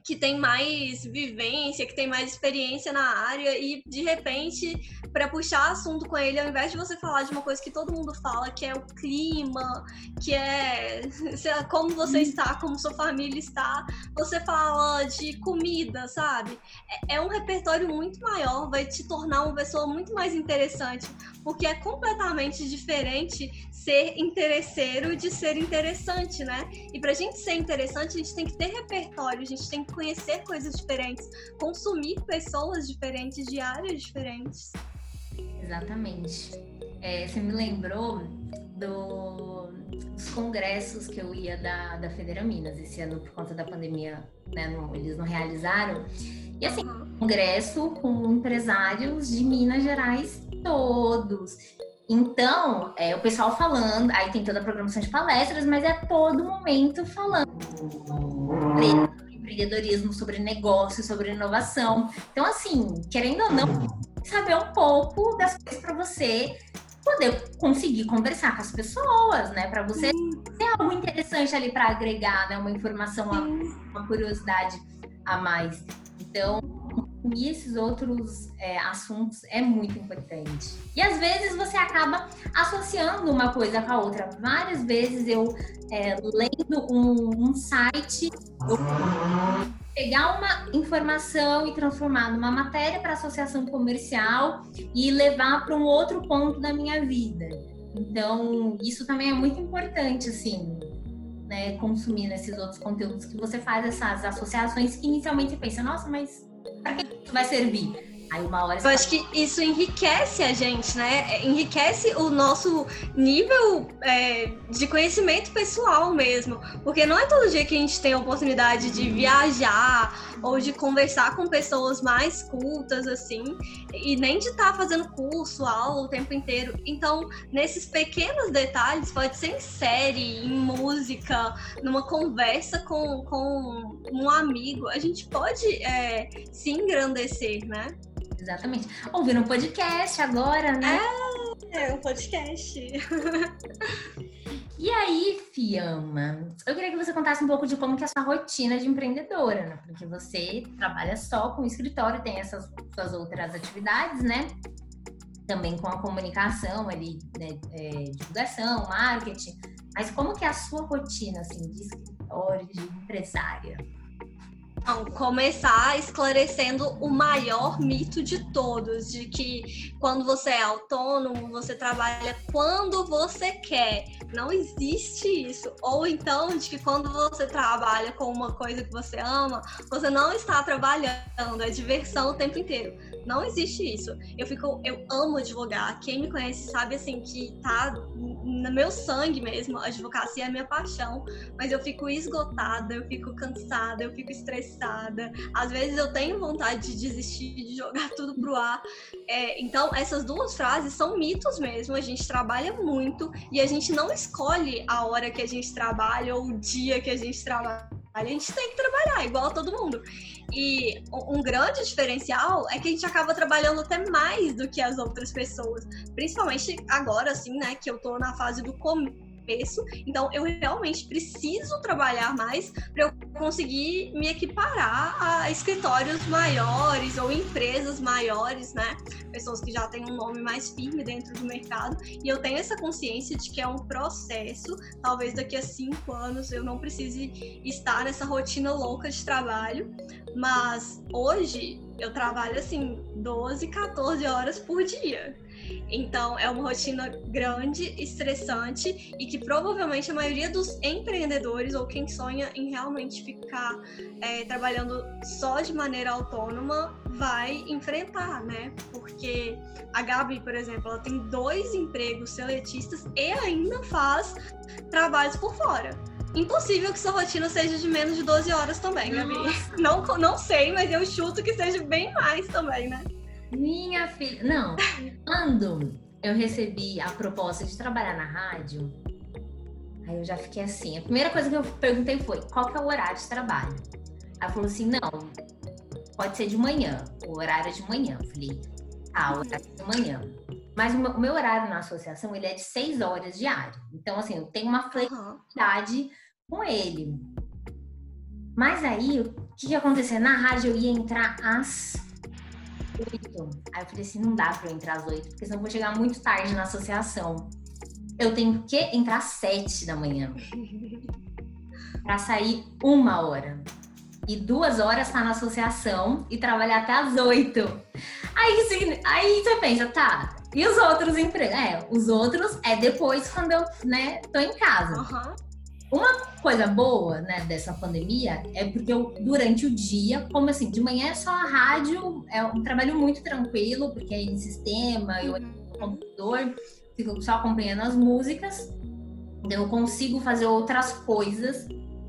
que tem mais vivência, que tem mais experiência na área e, de repente, para puxar assunto com ele, ao invés de você falar de uma coisa que todo mundo fala, que é o clima, que é sei lá, como você está, como sua família está, você fala de comida, sabe? É, é um repertório muito maior, vai te tornar uma pessoa muito mais interessante, porque é completamente diferente ser interesseiro de ser interessante, né? E pra gente ser interessante, a gente tem que ter repertório, a gente tem que conhecer coisas diferentes, consumir pessoas diferentes de áreas diferentes. Exatamente. É, você me lembrou do, dos congressos que eu ia da, da Federa Minas. Esse ano, por conta da pandemia, né, não, eles não realizaram. E assim, uhum. congresso com empresários de Minas Gerais todos. Então, é, o pessoal falando, aí tem toda a programação de palestras, mas é todo momento falando sobre empreendedorismo, sobre negócio, sobre inovação. Então, assim, querendo ou não, saber um pouco das coisas para você poder conseguir conversar com as pessoas, né? Para você ter algo interessante ali para agregar, né? Uma informação, uma curiosidade a mais. Então, e esses outros é, assuntos é muito importante. E às vezes você acaba associando uma coisa com a outra. Várias vezes eu, é, lendo um, um site, eu pegar uma informação e transformar numa matéria para associação comercial e levar para um outro ponto da minha vida. Então, isso também é muito importante, assim, né, consumir nesses outros conteúdos que você faz essas associações que inicialmente você pensa, nossa, mas para que isso vai servir? Aí uma hora eu acho que isso enriquece a gente, né? Enriquece o nosso nível é, de conhecimento pessoal mesmo. Porque não é todo dia que a gente tem a oportunidade de viajar ou de conversar com pessoas mais cultas, assim, e nem de estar tá fazendo curso, aula o tempo inteiro. Então, nesses pequenos detalhes, pode ser em série, em música, numa conversa com, com um amigo, a gente pode é, se engrandecer, né? Exatamente. Ouvindo um podcast agora, né? É, é um podcast. E aí, Fiamma, eu queria que você contasse um pouco de como que é a sua rotina de empreendedora, né? Porque você trabalha só com o escritório, tem essas suas outras atividades, né? Também com a comunicação ali, né? É, divulgação, marketing. Mas como que é a sua rotina, assim, de escritório, de empresária? Então, começar esclarecendo o maior mito de todos, de que quando você é autônomo, você trabalha quando você quer. Não existe isso. Ou então, de que quando você trabalha com uma coisa que você ama, você não está trabalhando, é diversão o tempo inteiro. Não existe isso. Eu fico, eu amo advogar. Quem me conhece sabe, assim, que tá no meu sangue mesmo. A advocacia é a minha paixão. Mas eu fico esgotada, eu fico cansada, eu fico estressada. Às vezes eu tenho vontade de desistir, de jogar tudo pro ar. É, então, essas duas frases são mitos mesmo. A gente trabalha muito e a gente não escolhe a hora que a gente trabalha ou o dia que a gente trabalha. A gente tem que trabalhar, igual a todo mundo. E um grande diferencial é que a gente acaba trabalhando até mais do que as outras pessoas. Principalmente agora, assim, né, que eu tô na fase do começo. Então, eu realmente preciso trabalhar mais para eu conseguir me equiparar a escritórios maiores ou empresas maiores, né? Pessoas que já têm um nome mais firme dentro do mercado. E eu tenho essa consciência de que é um processo. Talvez daqui a cinco anos eu não precise estar nessa rotina louca de trabalho. Mas hoje eu trabalho assim doze, catorze horas por dia. Então, é uma rotina grande, estressante e que provavelmente a maioria dos empreendedores ou quem sonha em realmente ficar é, trabalhando só de maneira autônoma vai enfrentar, né? Porque a Gabi, por exemplo, ela tem dois empregos seletistas e ainda faz trabalhos por fora. Impossível que sua rotina seja de menos de doze horas também, Gabi. Não, não sei, mas eu chuto que seja bem mais também, né? Minha filha... Não, quando eu recebi a proposta de trabalhar na rádio, aí eu já fiquei assim. A primeira coisa que eu perguntei foi, qual que é o horário de trabalho? Ela falou assim, não, pode ser de manhã. O horário é de manhã. Eu falei, ah, o horário é de manhã. Mas o meu horário na associação, ele é de seis horas diário. Então, assim, eu tenho uma flexibilidade com ele. Mas aí, O que, que ia acontecer? Na rádio eu ia entrar às oito. Aí eu falei assim, não dá pra eu entrar às oito, porque senão eu vou chegar muito tarde na associação. Eu tenho que entrar às sete da manhã. Pra sair uma hora. E duas horas tá na associação e trabalhar até às oito. Aí, aí você pensa, tá, e os outros empregos? É, os outros é depois quando eu, né, tô em casa. Uhum. Uma coisa boa, né, dessa pandemia é porque eu, durante o dia, como assim, de manhã é só a rádio, é um trabalho muito tranquilo, porque é em sistema, eu no computador, fico só acompanhando as músicas, então eu consigo fazer outras coisas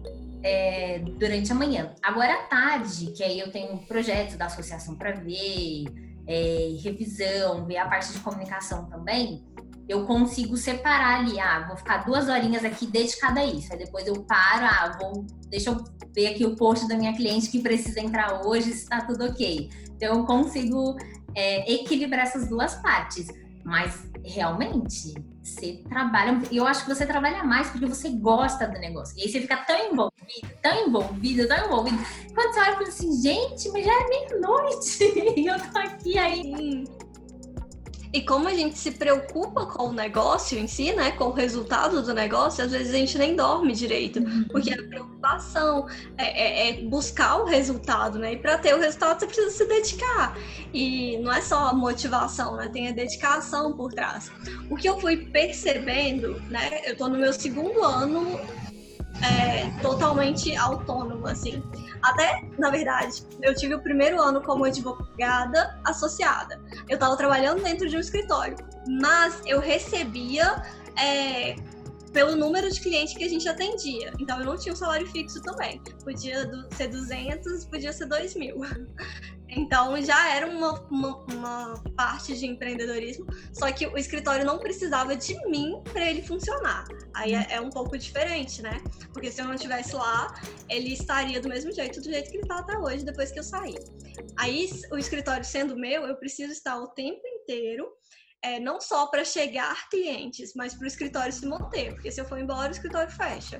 é, durante a manhã. Agora à tarde, que aí eu tenho projetos da associação para ver, é, revisão, ver a parte de comunicação também, eu consigo separar ali, ah, vou ficar duas horinhas aqui dedicada a isso, aí depois eu paro, ah, vou, deixa eu ver aqui o post da minha cliente que precisa entrar hoje, se tá tudo ok. Então eu consigo é, equilibrar essas duas partes, mas realmente você trabalha, eu acho que você trabalha mais porque você gosta do negócio, e aí você fica tão envolvido, tão envolvido, tão envolvido, quando você olha e fala assim, gente, mas já é meia-noite e eu tô aqui aí. E como a gente se preocupa com o negócio em si, né, com o resultado do negócio, às vezes a gente nem dorme direito, porque a preocupação é, é, é buscar o resultado, né, e para ter o resultado você precisa se dedicar, e não é só a motivação, né, tem a dedicação por trás. O que eu fui percebendo, né, eu tô no meu segundo ano é, totalmente autônomo, assim. Até, na verdade, eu tive o primeiro ano como advogada associada. Eu estava trabalhando dentro de um escritório, mas eu recebia é, pelo número de clientes que a gente atendia. Então, eu não tinha um salário fixo também. Podia ser duzentos, podia ser dois mil. Então, já era uma, uma, uma parte de empreendedorismo, só que o escritório não precisava de mim para ele funcionar. Aí é, é um pouco diferente, né? Porque se eu não estivesse lá, ele estaria do mesmo jeito, do jeito que ele está até hoje, depois que eu saí. Aí, o escritório sendo meu, eu preciso estar o tempo inteiro, é, não só para chegar clientes, mas para o escritório se manter, porque se eu for embora, o escritório fecha.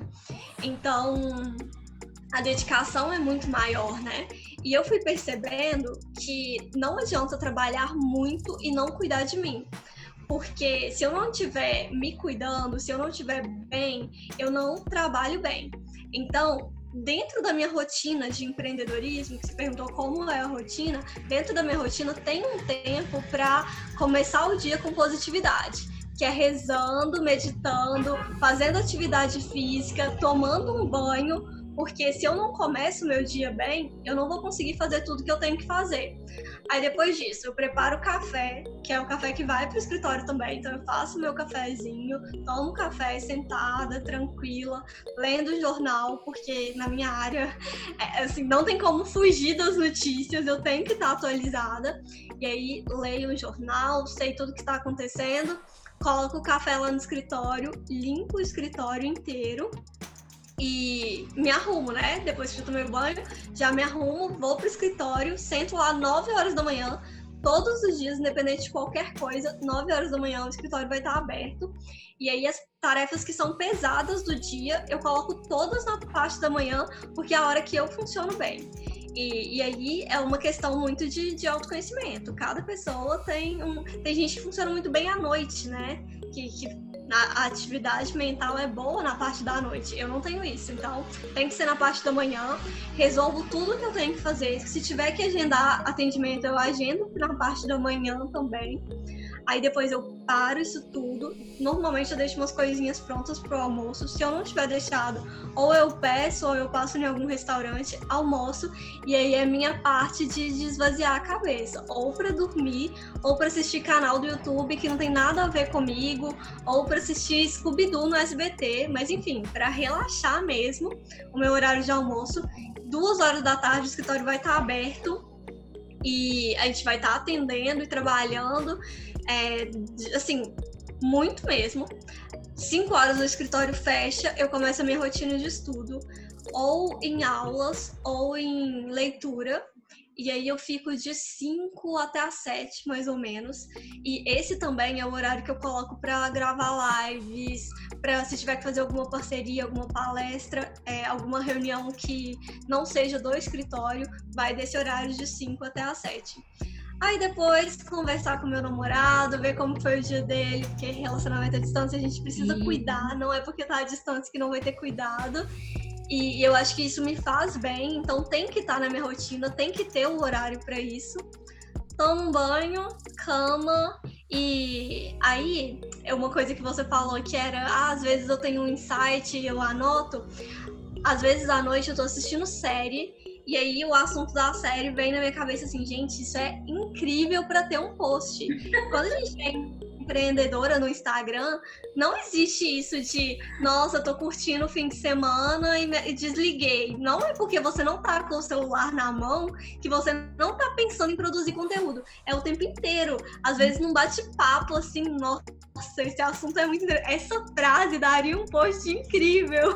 Então, a dedicação é muito maior, né? E eu fui percebendo que não adianta trabalhar muito e não cuidar de mim. Porque se eu não estiver me cuidando, se eu não estiver bem, eu não trabalho bem. Então, dentro da minha rotina de empreendedorismo, que você perguntou como é a rotina, dentro da minha rotina tem um tempo para começar o dia com positividade, que é rezando, meditando, fazendo atividade física, tomando um banho, porque se eu não começo o meu dia bem, eu não vou conseguir fazer tudo que eu tenho que fazer. Aí depois disso, eu preparo o café, que é o café que vai para o escritório também, então eu faço o meu cafezinho, tomo café sentada, tranquila, lendo o jornal, porque na minha área, é, assim, não tem como fugir das notícias, eu tenho que estar atualizada. E aí, leio o jornal, sei tudo que está acontecendo, coloco o café lá no escritório, limpo o escritório inteiro, e me arrumo, né? Depois que eu tomei banho, já me arrumo, vou pro escritório, sento lá nove horas da manhã, todos os dias, independente de qualquer coisa, nove horas da manhã o escritório vai estar aberto. E aí as tarefas que são pesadas do dia, eu coloco todas na parte da manhã, porque é a hora que eu funciono bem. E, e aí é uma questão muito de, de autoconhecimento. Cada pessoa tem um... Tem gente que funciona muito bem à noite, né? Que... que a atividade mental é boa na parte da noite. Eu não tenho isso, então tem que ser na parte da manhã. Resolvo tudo que eu tenho que fazer. Se tiver que agendar atendimento, eu agendo na parte da manhã também. Aí depois eu paro isso tudo. Normalmente eu deixo umas coisinhas prontas pro almoço. Se eu não tiver deixado, ou eu peço, ou eu passo em algum restaurante, almoço. E aí é minha parte de, de esvaziar a cabeça. Ou pra dormir, ou pra assistir canal do YouTube que não tem nada a ver comigo, ou pra assistir Scooby-Doo no S B T. Mas enfim, pra relaxar mesmo, o meu horário de almoço. Duas horas da tarde o escritório vai estar aberto. E a gente vai estar atendendo e trabalhando. É, assim, muito mesmo. Cinco horas o escritório fecha, eu começo a minha rotina de estudo, ou em aulas, ou em leitura. E aí eu fico de cinco até as sete, mais ou menos. E esse também é o horário que eu coloco para gravar lives, para se tiver que fazer alguma parceria, alguma palestra, é, alguma reunião que não seja do escritório, vai desse horário de cinco até as sete. Aí depois conversar com meu namorado, ver como foi o dia dele, porque relacionamento à distância a gente precisa cuidar, não é porque tá à distância que não vai ter cuidado. E eu acho que isso me faz bem, então tem que estar na minha rotina, tem que ter o horário para isso. Tomo um banho, cama, e aí é uma coisa que você falou que era, ah, às vezes eu tenho um insight e eu anoto. Às vezes à noite eu tô assistindo série, e aí o assunto da série vem na minha cabeça assim, gente, isso é incrível para ter um post. Quando a gente é empreendedora no Instagram, não existe isso de, nossa, tô curtindo o fim de semana e, me, e desliguei. Não é porque você não tá com o celular na mão que você não tá pensando em produzir conteúdo. É o tempo inteiro. Às vezes num bate-papo assim, nossa, esse assunto é muito interessante. Essa frase daria um post incrível.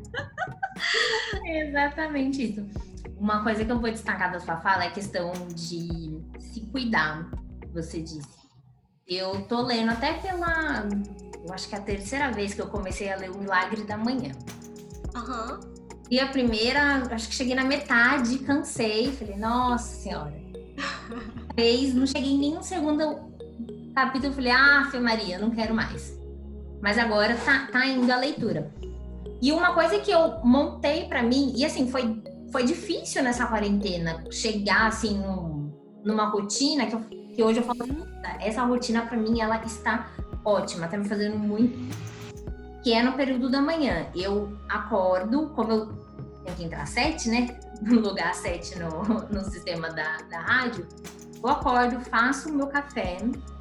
É exatamente isso. Uma coisa que eu vou destacar da sua fala é a questão de se cuidar, você disse. Eu tô lendo até pela, eu acho que é a terceira vez que eu comecei a ler O Milagre da Manhã. Uhum. E a primeira, acho que cheguei na metade, cansei, falei, nossa senhora. Fez, não cheguei em nenhum segundo capítulo, falei, ah, Fê Maria, não quero mais. Mas agora tá, tá indo a leitura. E uma coisa que eu montei pra mim, e assim, foi, foi difícil nessa quarentena, chegar assim num, numa rotina que, eu, que hoje eu falo, essa rotina pra mim, ela está ótima, tá me fazendo muito, que é no período da manhã. Eu acordo, como eu tenho que entrar às sete, né, no lugar sete no, no sistema da, da rádio, eu acordo, faço o meu café,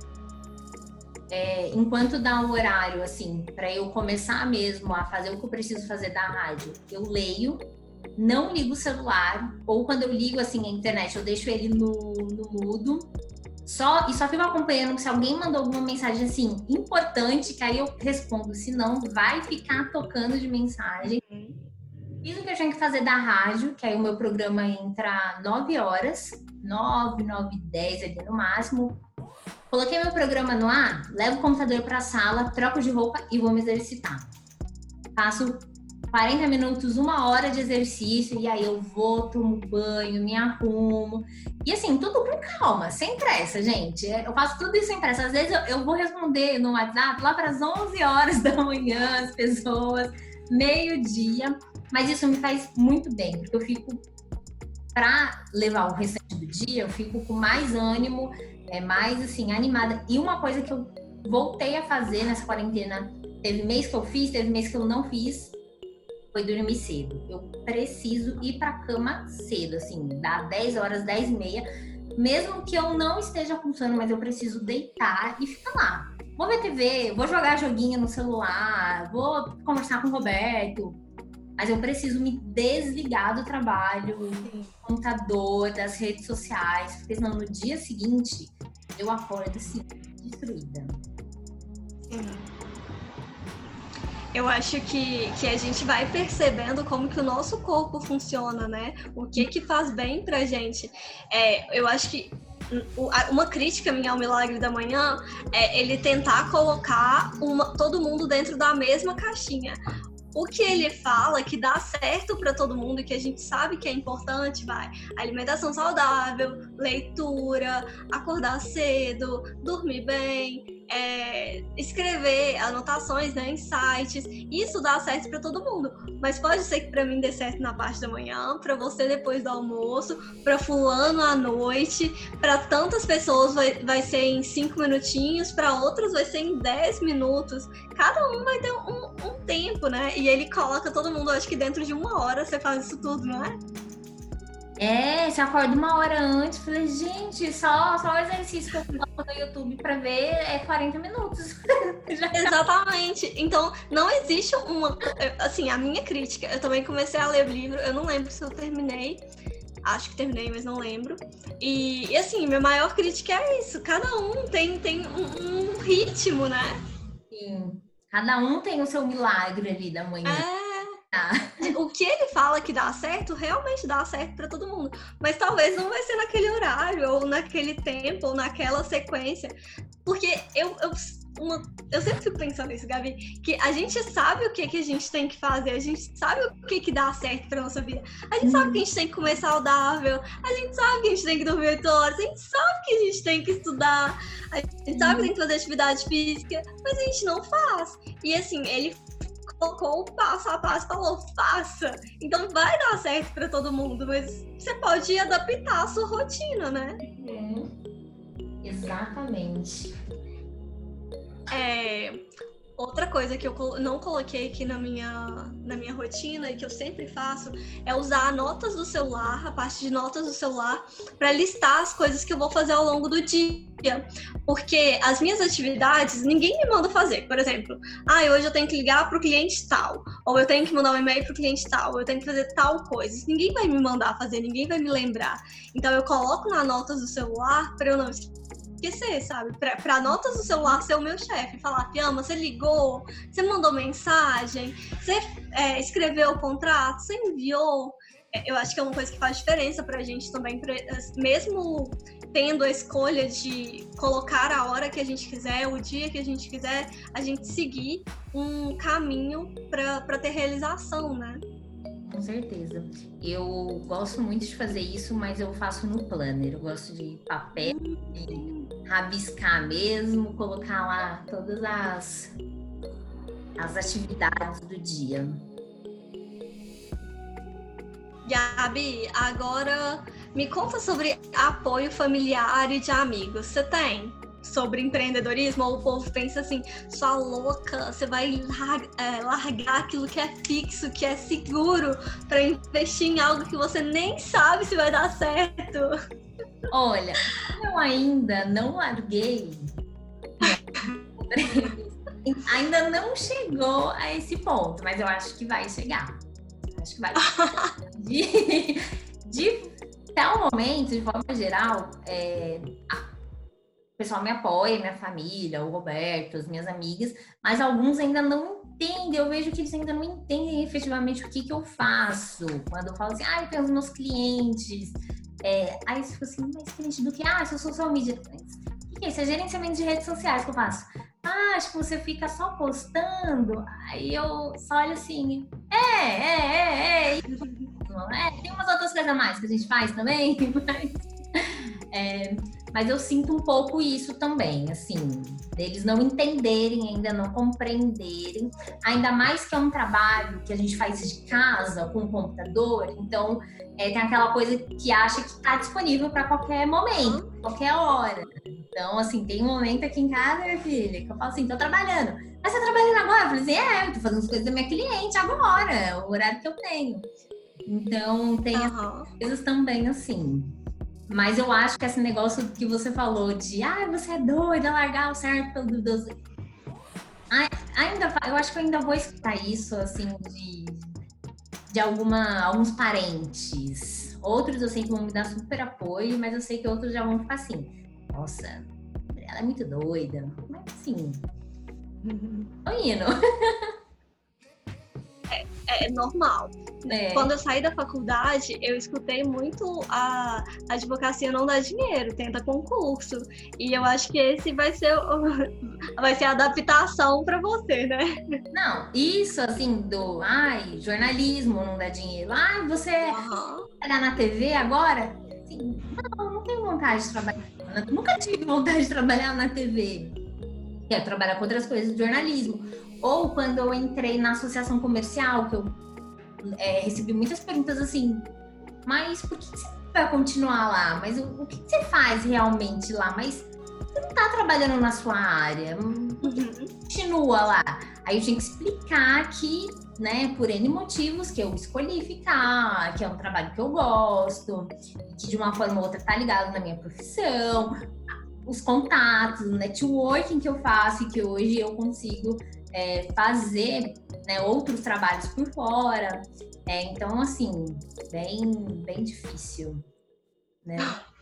é, enquanto dá o horário, assim, para eu começar mesmo a fazer o que eu preciso fazer da rádio, eu leio, não ligo o celular, ou quando eu ligo, assim, a internet, eu deixo ele no, no mudo, só, e só fico acompanhando se alguém mandou alguma mensagem, assim, importante, que aí eu respondo, se não, vai ficar tocando de mensagem. Fiz o que eu tinha que fazer da rádio, que aí o meu programa entra nove horas, nove, nove e dez ali no máximo. Coloquei meu programa no ar, levo o computador para a sala, troco de roupa e vou me exercitar. Faço quarenta minutos, uma hora de exercício, e aí eu vou, tomo banho, me arrumo. E assim, tudo com calma, sem pressa, gente. Eu faço tudo isso sem pressa. Às vezes eu, eu vou responder no WhatsApp lá para as onze horas da manhã, as pessoas, meio-dia. Mas isso me faz muito bem, porque eu fico, para levar o restante do dia, eu fico com mais ânimo, é mais assim, animada. E uma coisa que eu voltei a fazer nessa quarentena, teve mês que eu fiz, teve mês que eu não fiz, foi dormir cedo. Eu preciso ir pra cama cedo, assim, dá dez horas, dez e meia, mesmo que eu não esteja com sono, mas eu preciso deitar e ficar lá. Vou ver T V, vou jogar joguinho no celular, vou conversar com o Roberto, mas eu preciso me desligar do trabalho, do computador, das redes sociais, porque senão no dia seguinte eu acordo assim, destruída. Sim. Eu acho que, que a gente vai percebendo como que o nosso corpo funciona, né? O que que faz bem pra gente. É, eu acho que uma crítica minha ao Milagre da Manhã é ele tentar colocar uma, todo mundo dentro da mesma caixinha. O que ele fala que dá certo para todo mundo e que a gente sabe que é importante, vai, alimentação saudável, leitura, acordar cedo, dormir bem, é, escrever anotações, né, insights, isso dá certo para todo mundo. Mas pode ser que para mim dê certo na parte da manhã, para você depois do almoço, para fulano à noite, para tantas pessoas vai, vai ser em cinco minutinhos, para outros vai ser em dez minutos. Cada um vai ter um, um tempo, né? E ele coloca todo mundo, acho que dentro de uma hora você faz isso tudo, não é? É, você acorda uma hora antes, falei, gente, só, só o exercício que eu coloco no YouTube pra ver é quarenta minutos. Exatamente. Então, não existe uma... Assim, a minha crítica, eu também comecei a ler o livro, eu não lembro se eu terminei, acho que terminei, mas não lembro. E, e assim, minha maior crítica é isso, cada um tem, tem um, um ritmo, né? Sim, cada um tem o seu milagre ali da manhã. É... o que ele fala que dá certo, realmente dá certo para todo mundo. Mas talvez não vai ser naquele horário, ou naquele tempo, ou naquela sequência. Porque eu, eu, uma, eu sempre fico pensando nisso, Gabi, que a gente sabe o que, que a gente tem que fazer, a gente sabe o que, que dá certo pra nossa vida. A gente sabe que a gente tem que comer saudável, a gente sabe que a gente tem que dormir oito horas, a gente sabe que a gente tem que estudar, a gente sabe que tem que fazer atividade física, mas a gente não faz. E assim, ele colocou o passo a passo e falou, faça. Então vai dar certo pra todo mundo, mas você pode adaptar a sua rotina, né? Uhum. Exatamente. É, outra coisa que eu não coloquei aqui na minha, na minha rotina e que eu sempre faço é usar notas do celular, a parte de notas do celular, para listar as coisas que eu vou fazer ao longo do dia. Porque as minhas atividades, ninguém me manda fazer. Por exemplo, ah, hoje eu tenho que ligar para o cliente tal, ou eu tenho que mandar um e-mail para o cliente tal, ou eu tenho que fazer tal coisa. Ninguém vai me mandar fazer, ninguém vai me lembrar. Então eu coloco nas notas do celular para eu não esquecer. esquecer, sabe? Pra, pra notas do celular ser o meu chefe, falar, Fiamma, você ligou, você mandou mensagem, você é, escreveu o contrato, você enviou. Eu acho que é uma coisa que faz diferença pra gente também, pra, mesmo tendo a escolha de colocar a hora que a gente quiser, o dia que a gente quiser, a gente seguir um caminho pra, pra ter realização, né? Com certeza. Eu gosto muito de fazer isso, mas eu faço no planner. Eu gosto de papel, de rabiscar mesmo, colocar lá todas as, as atividades do dia. Gabi, agora me conta sobre apoio familiar e de amigos. Você tem? Sobre empreendedorismo, ou o povo pensa assim, sua louca, você vai largar, é, largar aquilo que é fixo, que é seguro, para investir em algo que você nem sabe se vai dar certo. Olha, eu ainda não larguei, ainda não chegou a esse ponto, mas eu acho que vai chegar. Acho que vai chegar. De, de tal momento, de forma geral, é, o pessoal me apoia, minha família, o Roberto, as minhas amigas, mas alguns ainda não entendem, eu vejo que eles ainda não entendem efetivamente o que, que eu faço. Quando eu falo assim, ah, eu tenho os meus clientes, é, aí eles ficam assim, mas cliente do que? Ah, eu sou social media. O que, que é isso? É gerenciamento de redes sociais que eu faço. Ah, acho que você fica só postando, aí eu só olho assim, é, é, é, é, é, tem umas outras coisas a mais que a gente faz também, mas... É, mas eu sinto um pouco isso também, assim, deles não entenderem ainda, não compreenderem, ainda mais que é um trabalho que a gente faz de casa, com o computador, então é, tem aquela coisa que acha que está disponível para qualquer momento, qualquer hora. Então, assim, tem um momento aqui em casa, minha filha, que eu falo assim, tô trabalhando. Mas você tá trabalhando agora? Eu falei assim, é, eu tô fazendo as coisas da minha cliente agora, é o horário que eu tenho. Então, tem uhum. essas coisas também, assim. Mas eu acho que esse negócio que você falou de ah, você é doida, largar o certo pelo duvidoso. Ainda, eu acho que eu ainda vou escutar isso, assim, de, de alguma, alguns parentes. Outros eu sei que vão me dar super apoio, mas eu sei que outros já vão ficar assim, nossa, ela é muito doida. Mas assim, tô indo. É, é normal. É. Quando eu saí da faculdade, eu escutei muito a advocacia não dá dinheiro, tenta concurso. E eu acho que esse vai ser, o, vai ser a adaptação para você, né? Não, isso assim do, ai, jornalismo não dá dinheiro. Ai, você uhum. trabalhar na T V agora? Assim, não, não tenho vontade de trabalhar. Nunca tive vontade de trabalhar na T V. Quero trabalhar com outras coisas de jornalismo. Ou quando eu entrei na associação comercial, que eu é, recebi muitas perguntas assim, mas por que você vai continuar lá? Mas o, o que você faz realmente lá? Mas você não tá trabalhando na sua área, por que você continua lá? Aí eu tinha que explicar que, né, por N motivos que eu escolhi ficar, que é um trabalho que eu gosto, que de uma forma ou outra tá ligado na minha profissão, os contatos, o networking que eu faço e que hoje eu consigo É, fazer, né, outros trabalhos por fora. É, então, assim, bem, bem difícil, né?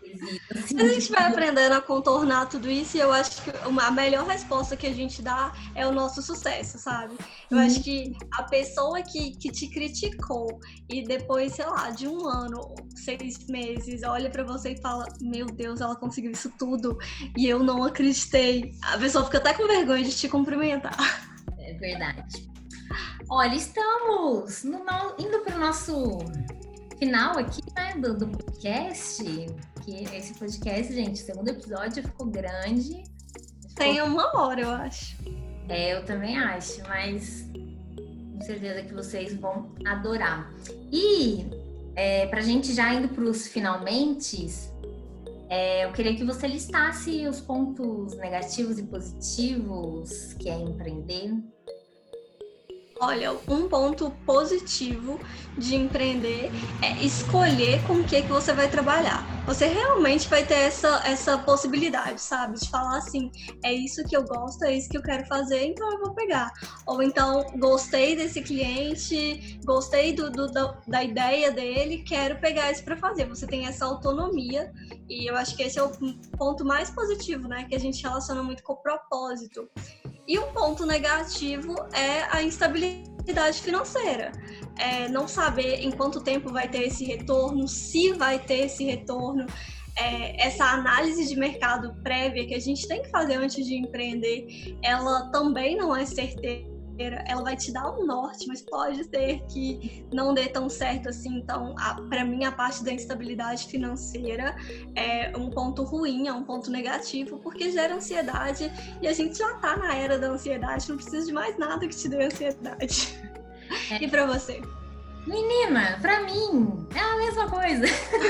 Assim, A gente vai aprendendo a contornar tudo isso e eu acho que a melhor resposta que a gente dá é o nosso sucesso, sabe? Eu acho que a pessoa que, que te criticou e depois, sei lá, de um ano, seis meses, olha pra você e fala: meu Deus, ela conseguiu isso tudo e eu não acreditei. A pessoa fica até com vergonha de te cumprimentar. É verdade. Olha, estamos no, indo para o nosso final aqui, né, do, do podcast. Que esse podcast, gente, o segundo episódio ficou grande. Tem ficou... uma hora, eu acho. É, eu também acho, mas com certeza que vocês vão adorar. E é, para a gente já indo para os finalmente, é, eu queria que você listasse os pontos negativos e positivos que é empreender. Olha, um ponto positivo de empreender é escolher com o que, que você vai trabalhar. Você realmente vai ter essa, essa possibilidade, sabe? De falar assim, é isso que eu gosto, é isso que eu quero fazer, então eu vou pegar. Ou então, gostei desse cliente, gostei do, do, da ideia dele, quero pegar isso para fazer. Você tem essa autonomia e eu acho que esse é o ponto mais positivo, né? Que a gente relaciona muito com o propósito. E um ponto negativo é a instabilidade financeira. É não saber em quanto tempo vai ter esse retorno, se vai ter esse retorno. É, essa análise de mercado prévia que a gente tem que fazer antes de empreender, ela também não é certeira. Ela vai te dar um norte, mas pode ser que não dê tão certo assim. Então, para mim, a parte da instabilidade financeira é um ponto ruim, é um ponto negativo, porque gera ansiedade e a gente já tá na era da ansiedade, não precisa de mais nada que te dê ansiedade. É. E para você? Menina, para mim, é a mesma coisa.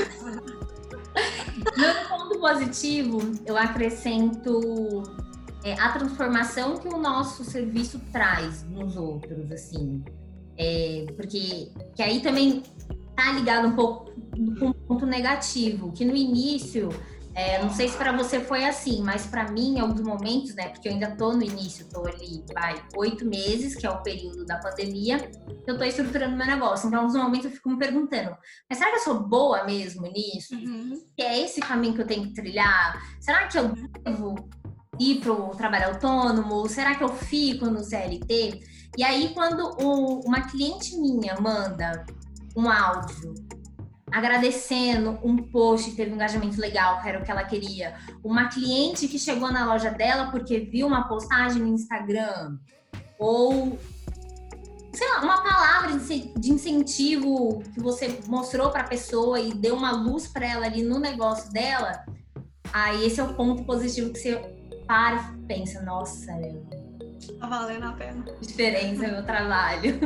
No ponto positivo, eu acrescento É, a transformação que o nosso serviço traz nos outros, assim. É, porque que aí também tá ligado um pouco com um ponto negativo, que no início, é, não sei se para você foi assim, mas para mim, em alguns momentos, né, porque eu ainda tô no início, tô ali, vai, oito meses, que é o período da pandemia, que eu tô estruturando meu negócio. Então, em alguns momentos eu fico me perguntando, mas será que eu sou boa mesmo nisso? Uhum. Que é esse caminho que eu tenho que trilhar? Será que eu devo ir para o trabalho autônomo? Será que eu fico no C L T? E aí, quando o, uma cliente minha manda um áudio agradecendo um post, teve um engajamento legal, que era o que ela queria, uma cliente que chegou na loja dela porque viu uma postagem no Instagram, ou, sei lá, uma palavra de incentivo que você mostrou para a pessoa e deu uma luz para ela ali no negócio dela, aí esse é o ponto positivo que você para e pensa, nossa, meu, tá valendo a pena. Diferença é meu trabalho.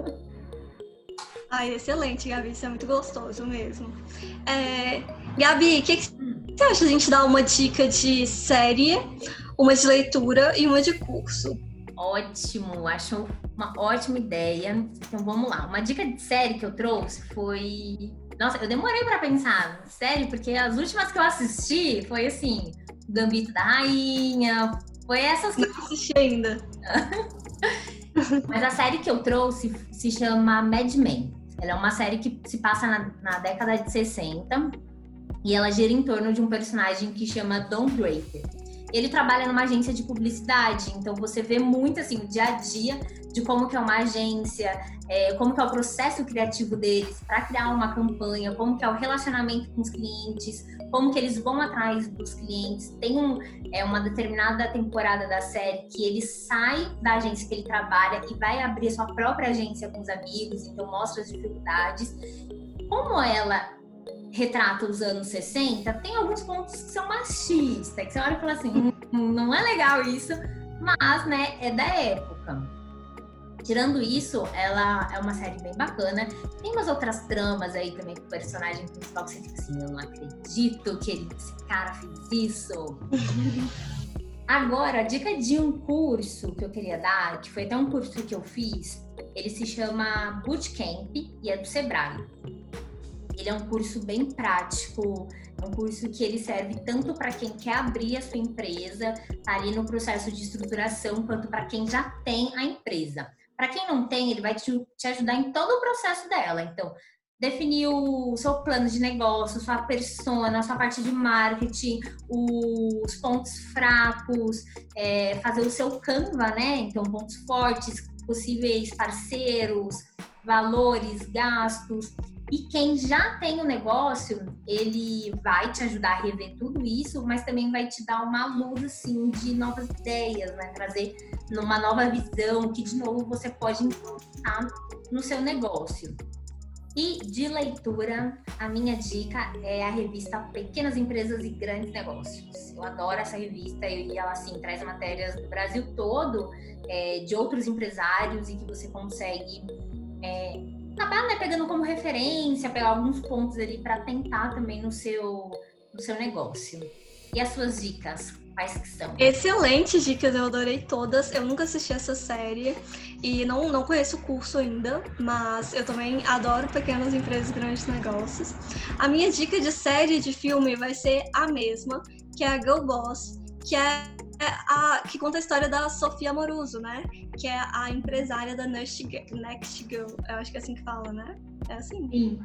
Ai, excelente, Gabi, isso é muito gostoso mesmo. É, Gabi, o que, que hum. você acha de a gente dar uma dica de série, uma de leitura e uma de curso? Ótimo, acho uma ótima ideia. Então vamos lá. Uma dica de série que eu trouxe foi... Nossa, eu demorei pra pensar, sério, porque as últimas que eu assisti foi assim... Gambito da Rainha, foi essas que... Não assisti ainda. Mas a série que eu trouxe se chama Mad Men. Ela é uma série que se passa na, na década de sessenta e ela gira em torno de um personagem que chama Don Draper. Ele trabalha numa agência de publicidade, então você vê muito assim o dia a dia de como que é uma agência, é, como que é o processo criativo deles para criar uma campanha, como que é o relacionamento com os clientes, como que eles vão atrás dos clientes. Tem um, é, uma determinada temporada da série que ele sai da agência que ele trabalha e vai abrir a sua própria agência com os amigos, então mostra as dificuldades. Como ela retrata os anos sessenta, tem alguns pontos que são machistas, que você olha e fala assim, hum, não é legal isso, mas, né, é da época. Tirando isso, ela é uma série bem bacana. Tem umas outras tramas aí também com o personagem principal que você fica assim, eu não acredito que ele, esse cara fez isso. Agora, a dica de um curso que eu queria dar, que foi até um curso que eu fiz, ele se chama Bootcamp e é do Sebrae. Ele é um curso bem prático, é um curso que ele serve tanto para quem quer abrir a sua empresa, tá ali no processo de estruturação, quanto para quem já tem a empresa. Para quem não tem, ele vai te, te ajudar em todo o processo dela. Então, definir o seu plano de negócio, sua persona, sua parte de marketing, os pontos fracos, é, fazer o seu Canva, né? Então, pontos fortes, possíveis parceiros, valores, gastos. E quem já tem o negócio, ele vai te ajudar a rever tudo isso, mas também vai te dar uma luz, assim, de novas ideias, né? Trazer uma nova visão que, de novo, você pode implementar no seu negócio. E de leitura, a minha dica é a revista Pequenas Empresas e Grandes Negócios. Eu adoro essa revista e ela, assim, traz matérias do Brasil todo, é, de outros empresários, e que você consegue é, acabar, né, pegando como referência, pegar alguns pontos ali para tentar também no seu, no seu negócio. E as suas dicas? Quais que são? Excelentes dicas, eu adorei todas. Eu nunca assisti essa série e não, não conheço o curso ainda, mas eu também adoro Pequenas Empresas e Grandes Negócios. A minha dica de série e de filme vai ser a mesma, que é a Girl Boss, que é a que conta a história da Sofia Amoruso, né? Que é a empresária da Next Girl. Eu acho que é assim que fala, né? É assim? Sim.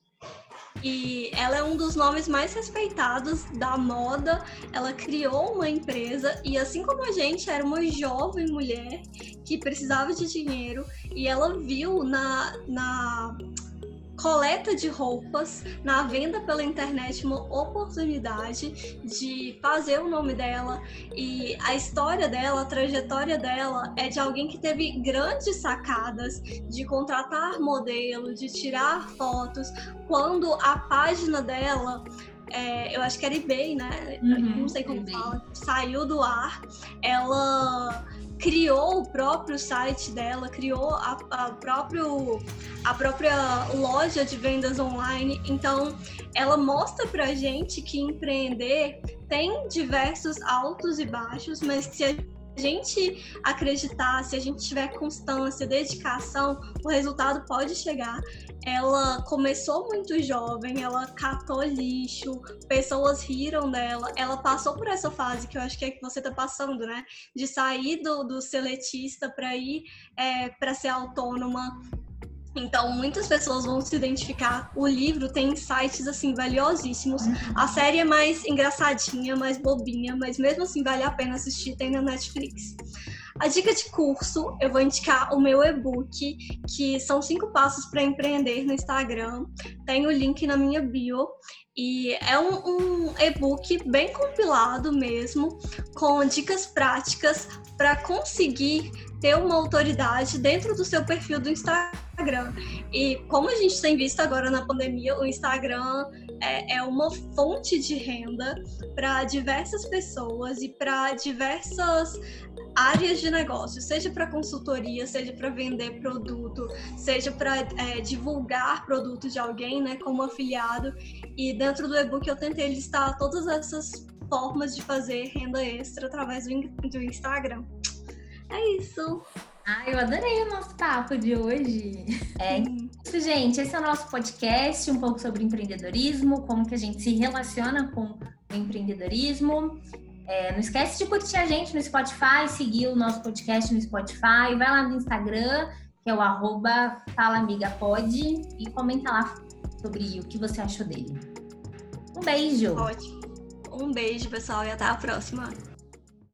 E ela é um dos nomes mais respeitados da moda. Ela criou uma empresa e, assim como a gente, era uma jovem mulher que precisava de dinheiro, e ela viu na, na coleta de roupas, na venda pela internet, uma oportunidade de fazer o nome dela. E a história dela, a trajetória dela é de alguém que teve grandes sacadas de contratar modelo, de tirar fotos. Quando a página dela, é, eu acho que era eBay, né? Uhum, não sei como eBay. fala, saiu do ar, ela criou o próprio site dela, criou a, a, próprio, a própria loja de vendas online. Então, ela mostra pra gente que empreender tem diversos altos e baixos, mas se a gente acreditar, se a gente tiver constância, dedicação, o resultado pode chegar. Ela começou muito jovem, ela catou lixo, pessoas riram dela, ela passou por essa fase que eu acho que é que você tá passando, né? De sair do, do seletista para ir é, para ser autônoma. Então, muitas pessoas vão se identificar. O livro tem insights, assim, valiosíssimos. A série é mais engraçadinha, mais bobinha, mas mesmo assim vale a pena assistir, tem na Netflix. A dica de curso, eu vou indicar o meu e-book, que são cinco passos para empreender no Instagram. Tem o link na minha bio. E é um, um e-book bem compilado mesmo, com dicas práticas para conseguir ter uma autoridade dentro do seu perfil do Instagram. E como a gente tem visto agora na pandemia, o Instagram é, é uma fonte de renda para diversas pessoas e para diversas áreas de negócio, seja para consultoria, seja para vender produto, seja para é, divulgar produtos de alguém, né, como afiliado. E dentro do e-book eu tentei listar todas essas formas de fazer renda extra através do, do Instagram. É isso. Ah, eu adorei o nosso papo de hoje. É isso, gente. Esse é o nosso podcast, um pouco sobre empreendedorismo, como que a gente se relaciona com o empreendedorismo. É, não esquece de curtir a gente no Spotify, seguir o nosso podcast no Spotify, vai lá no Instagram, que é o arroba falaamigapod, e comenta lá sobre o que você achou dele. Um beijo! Ótimo. Um beijo, pessoal, e até a próxima.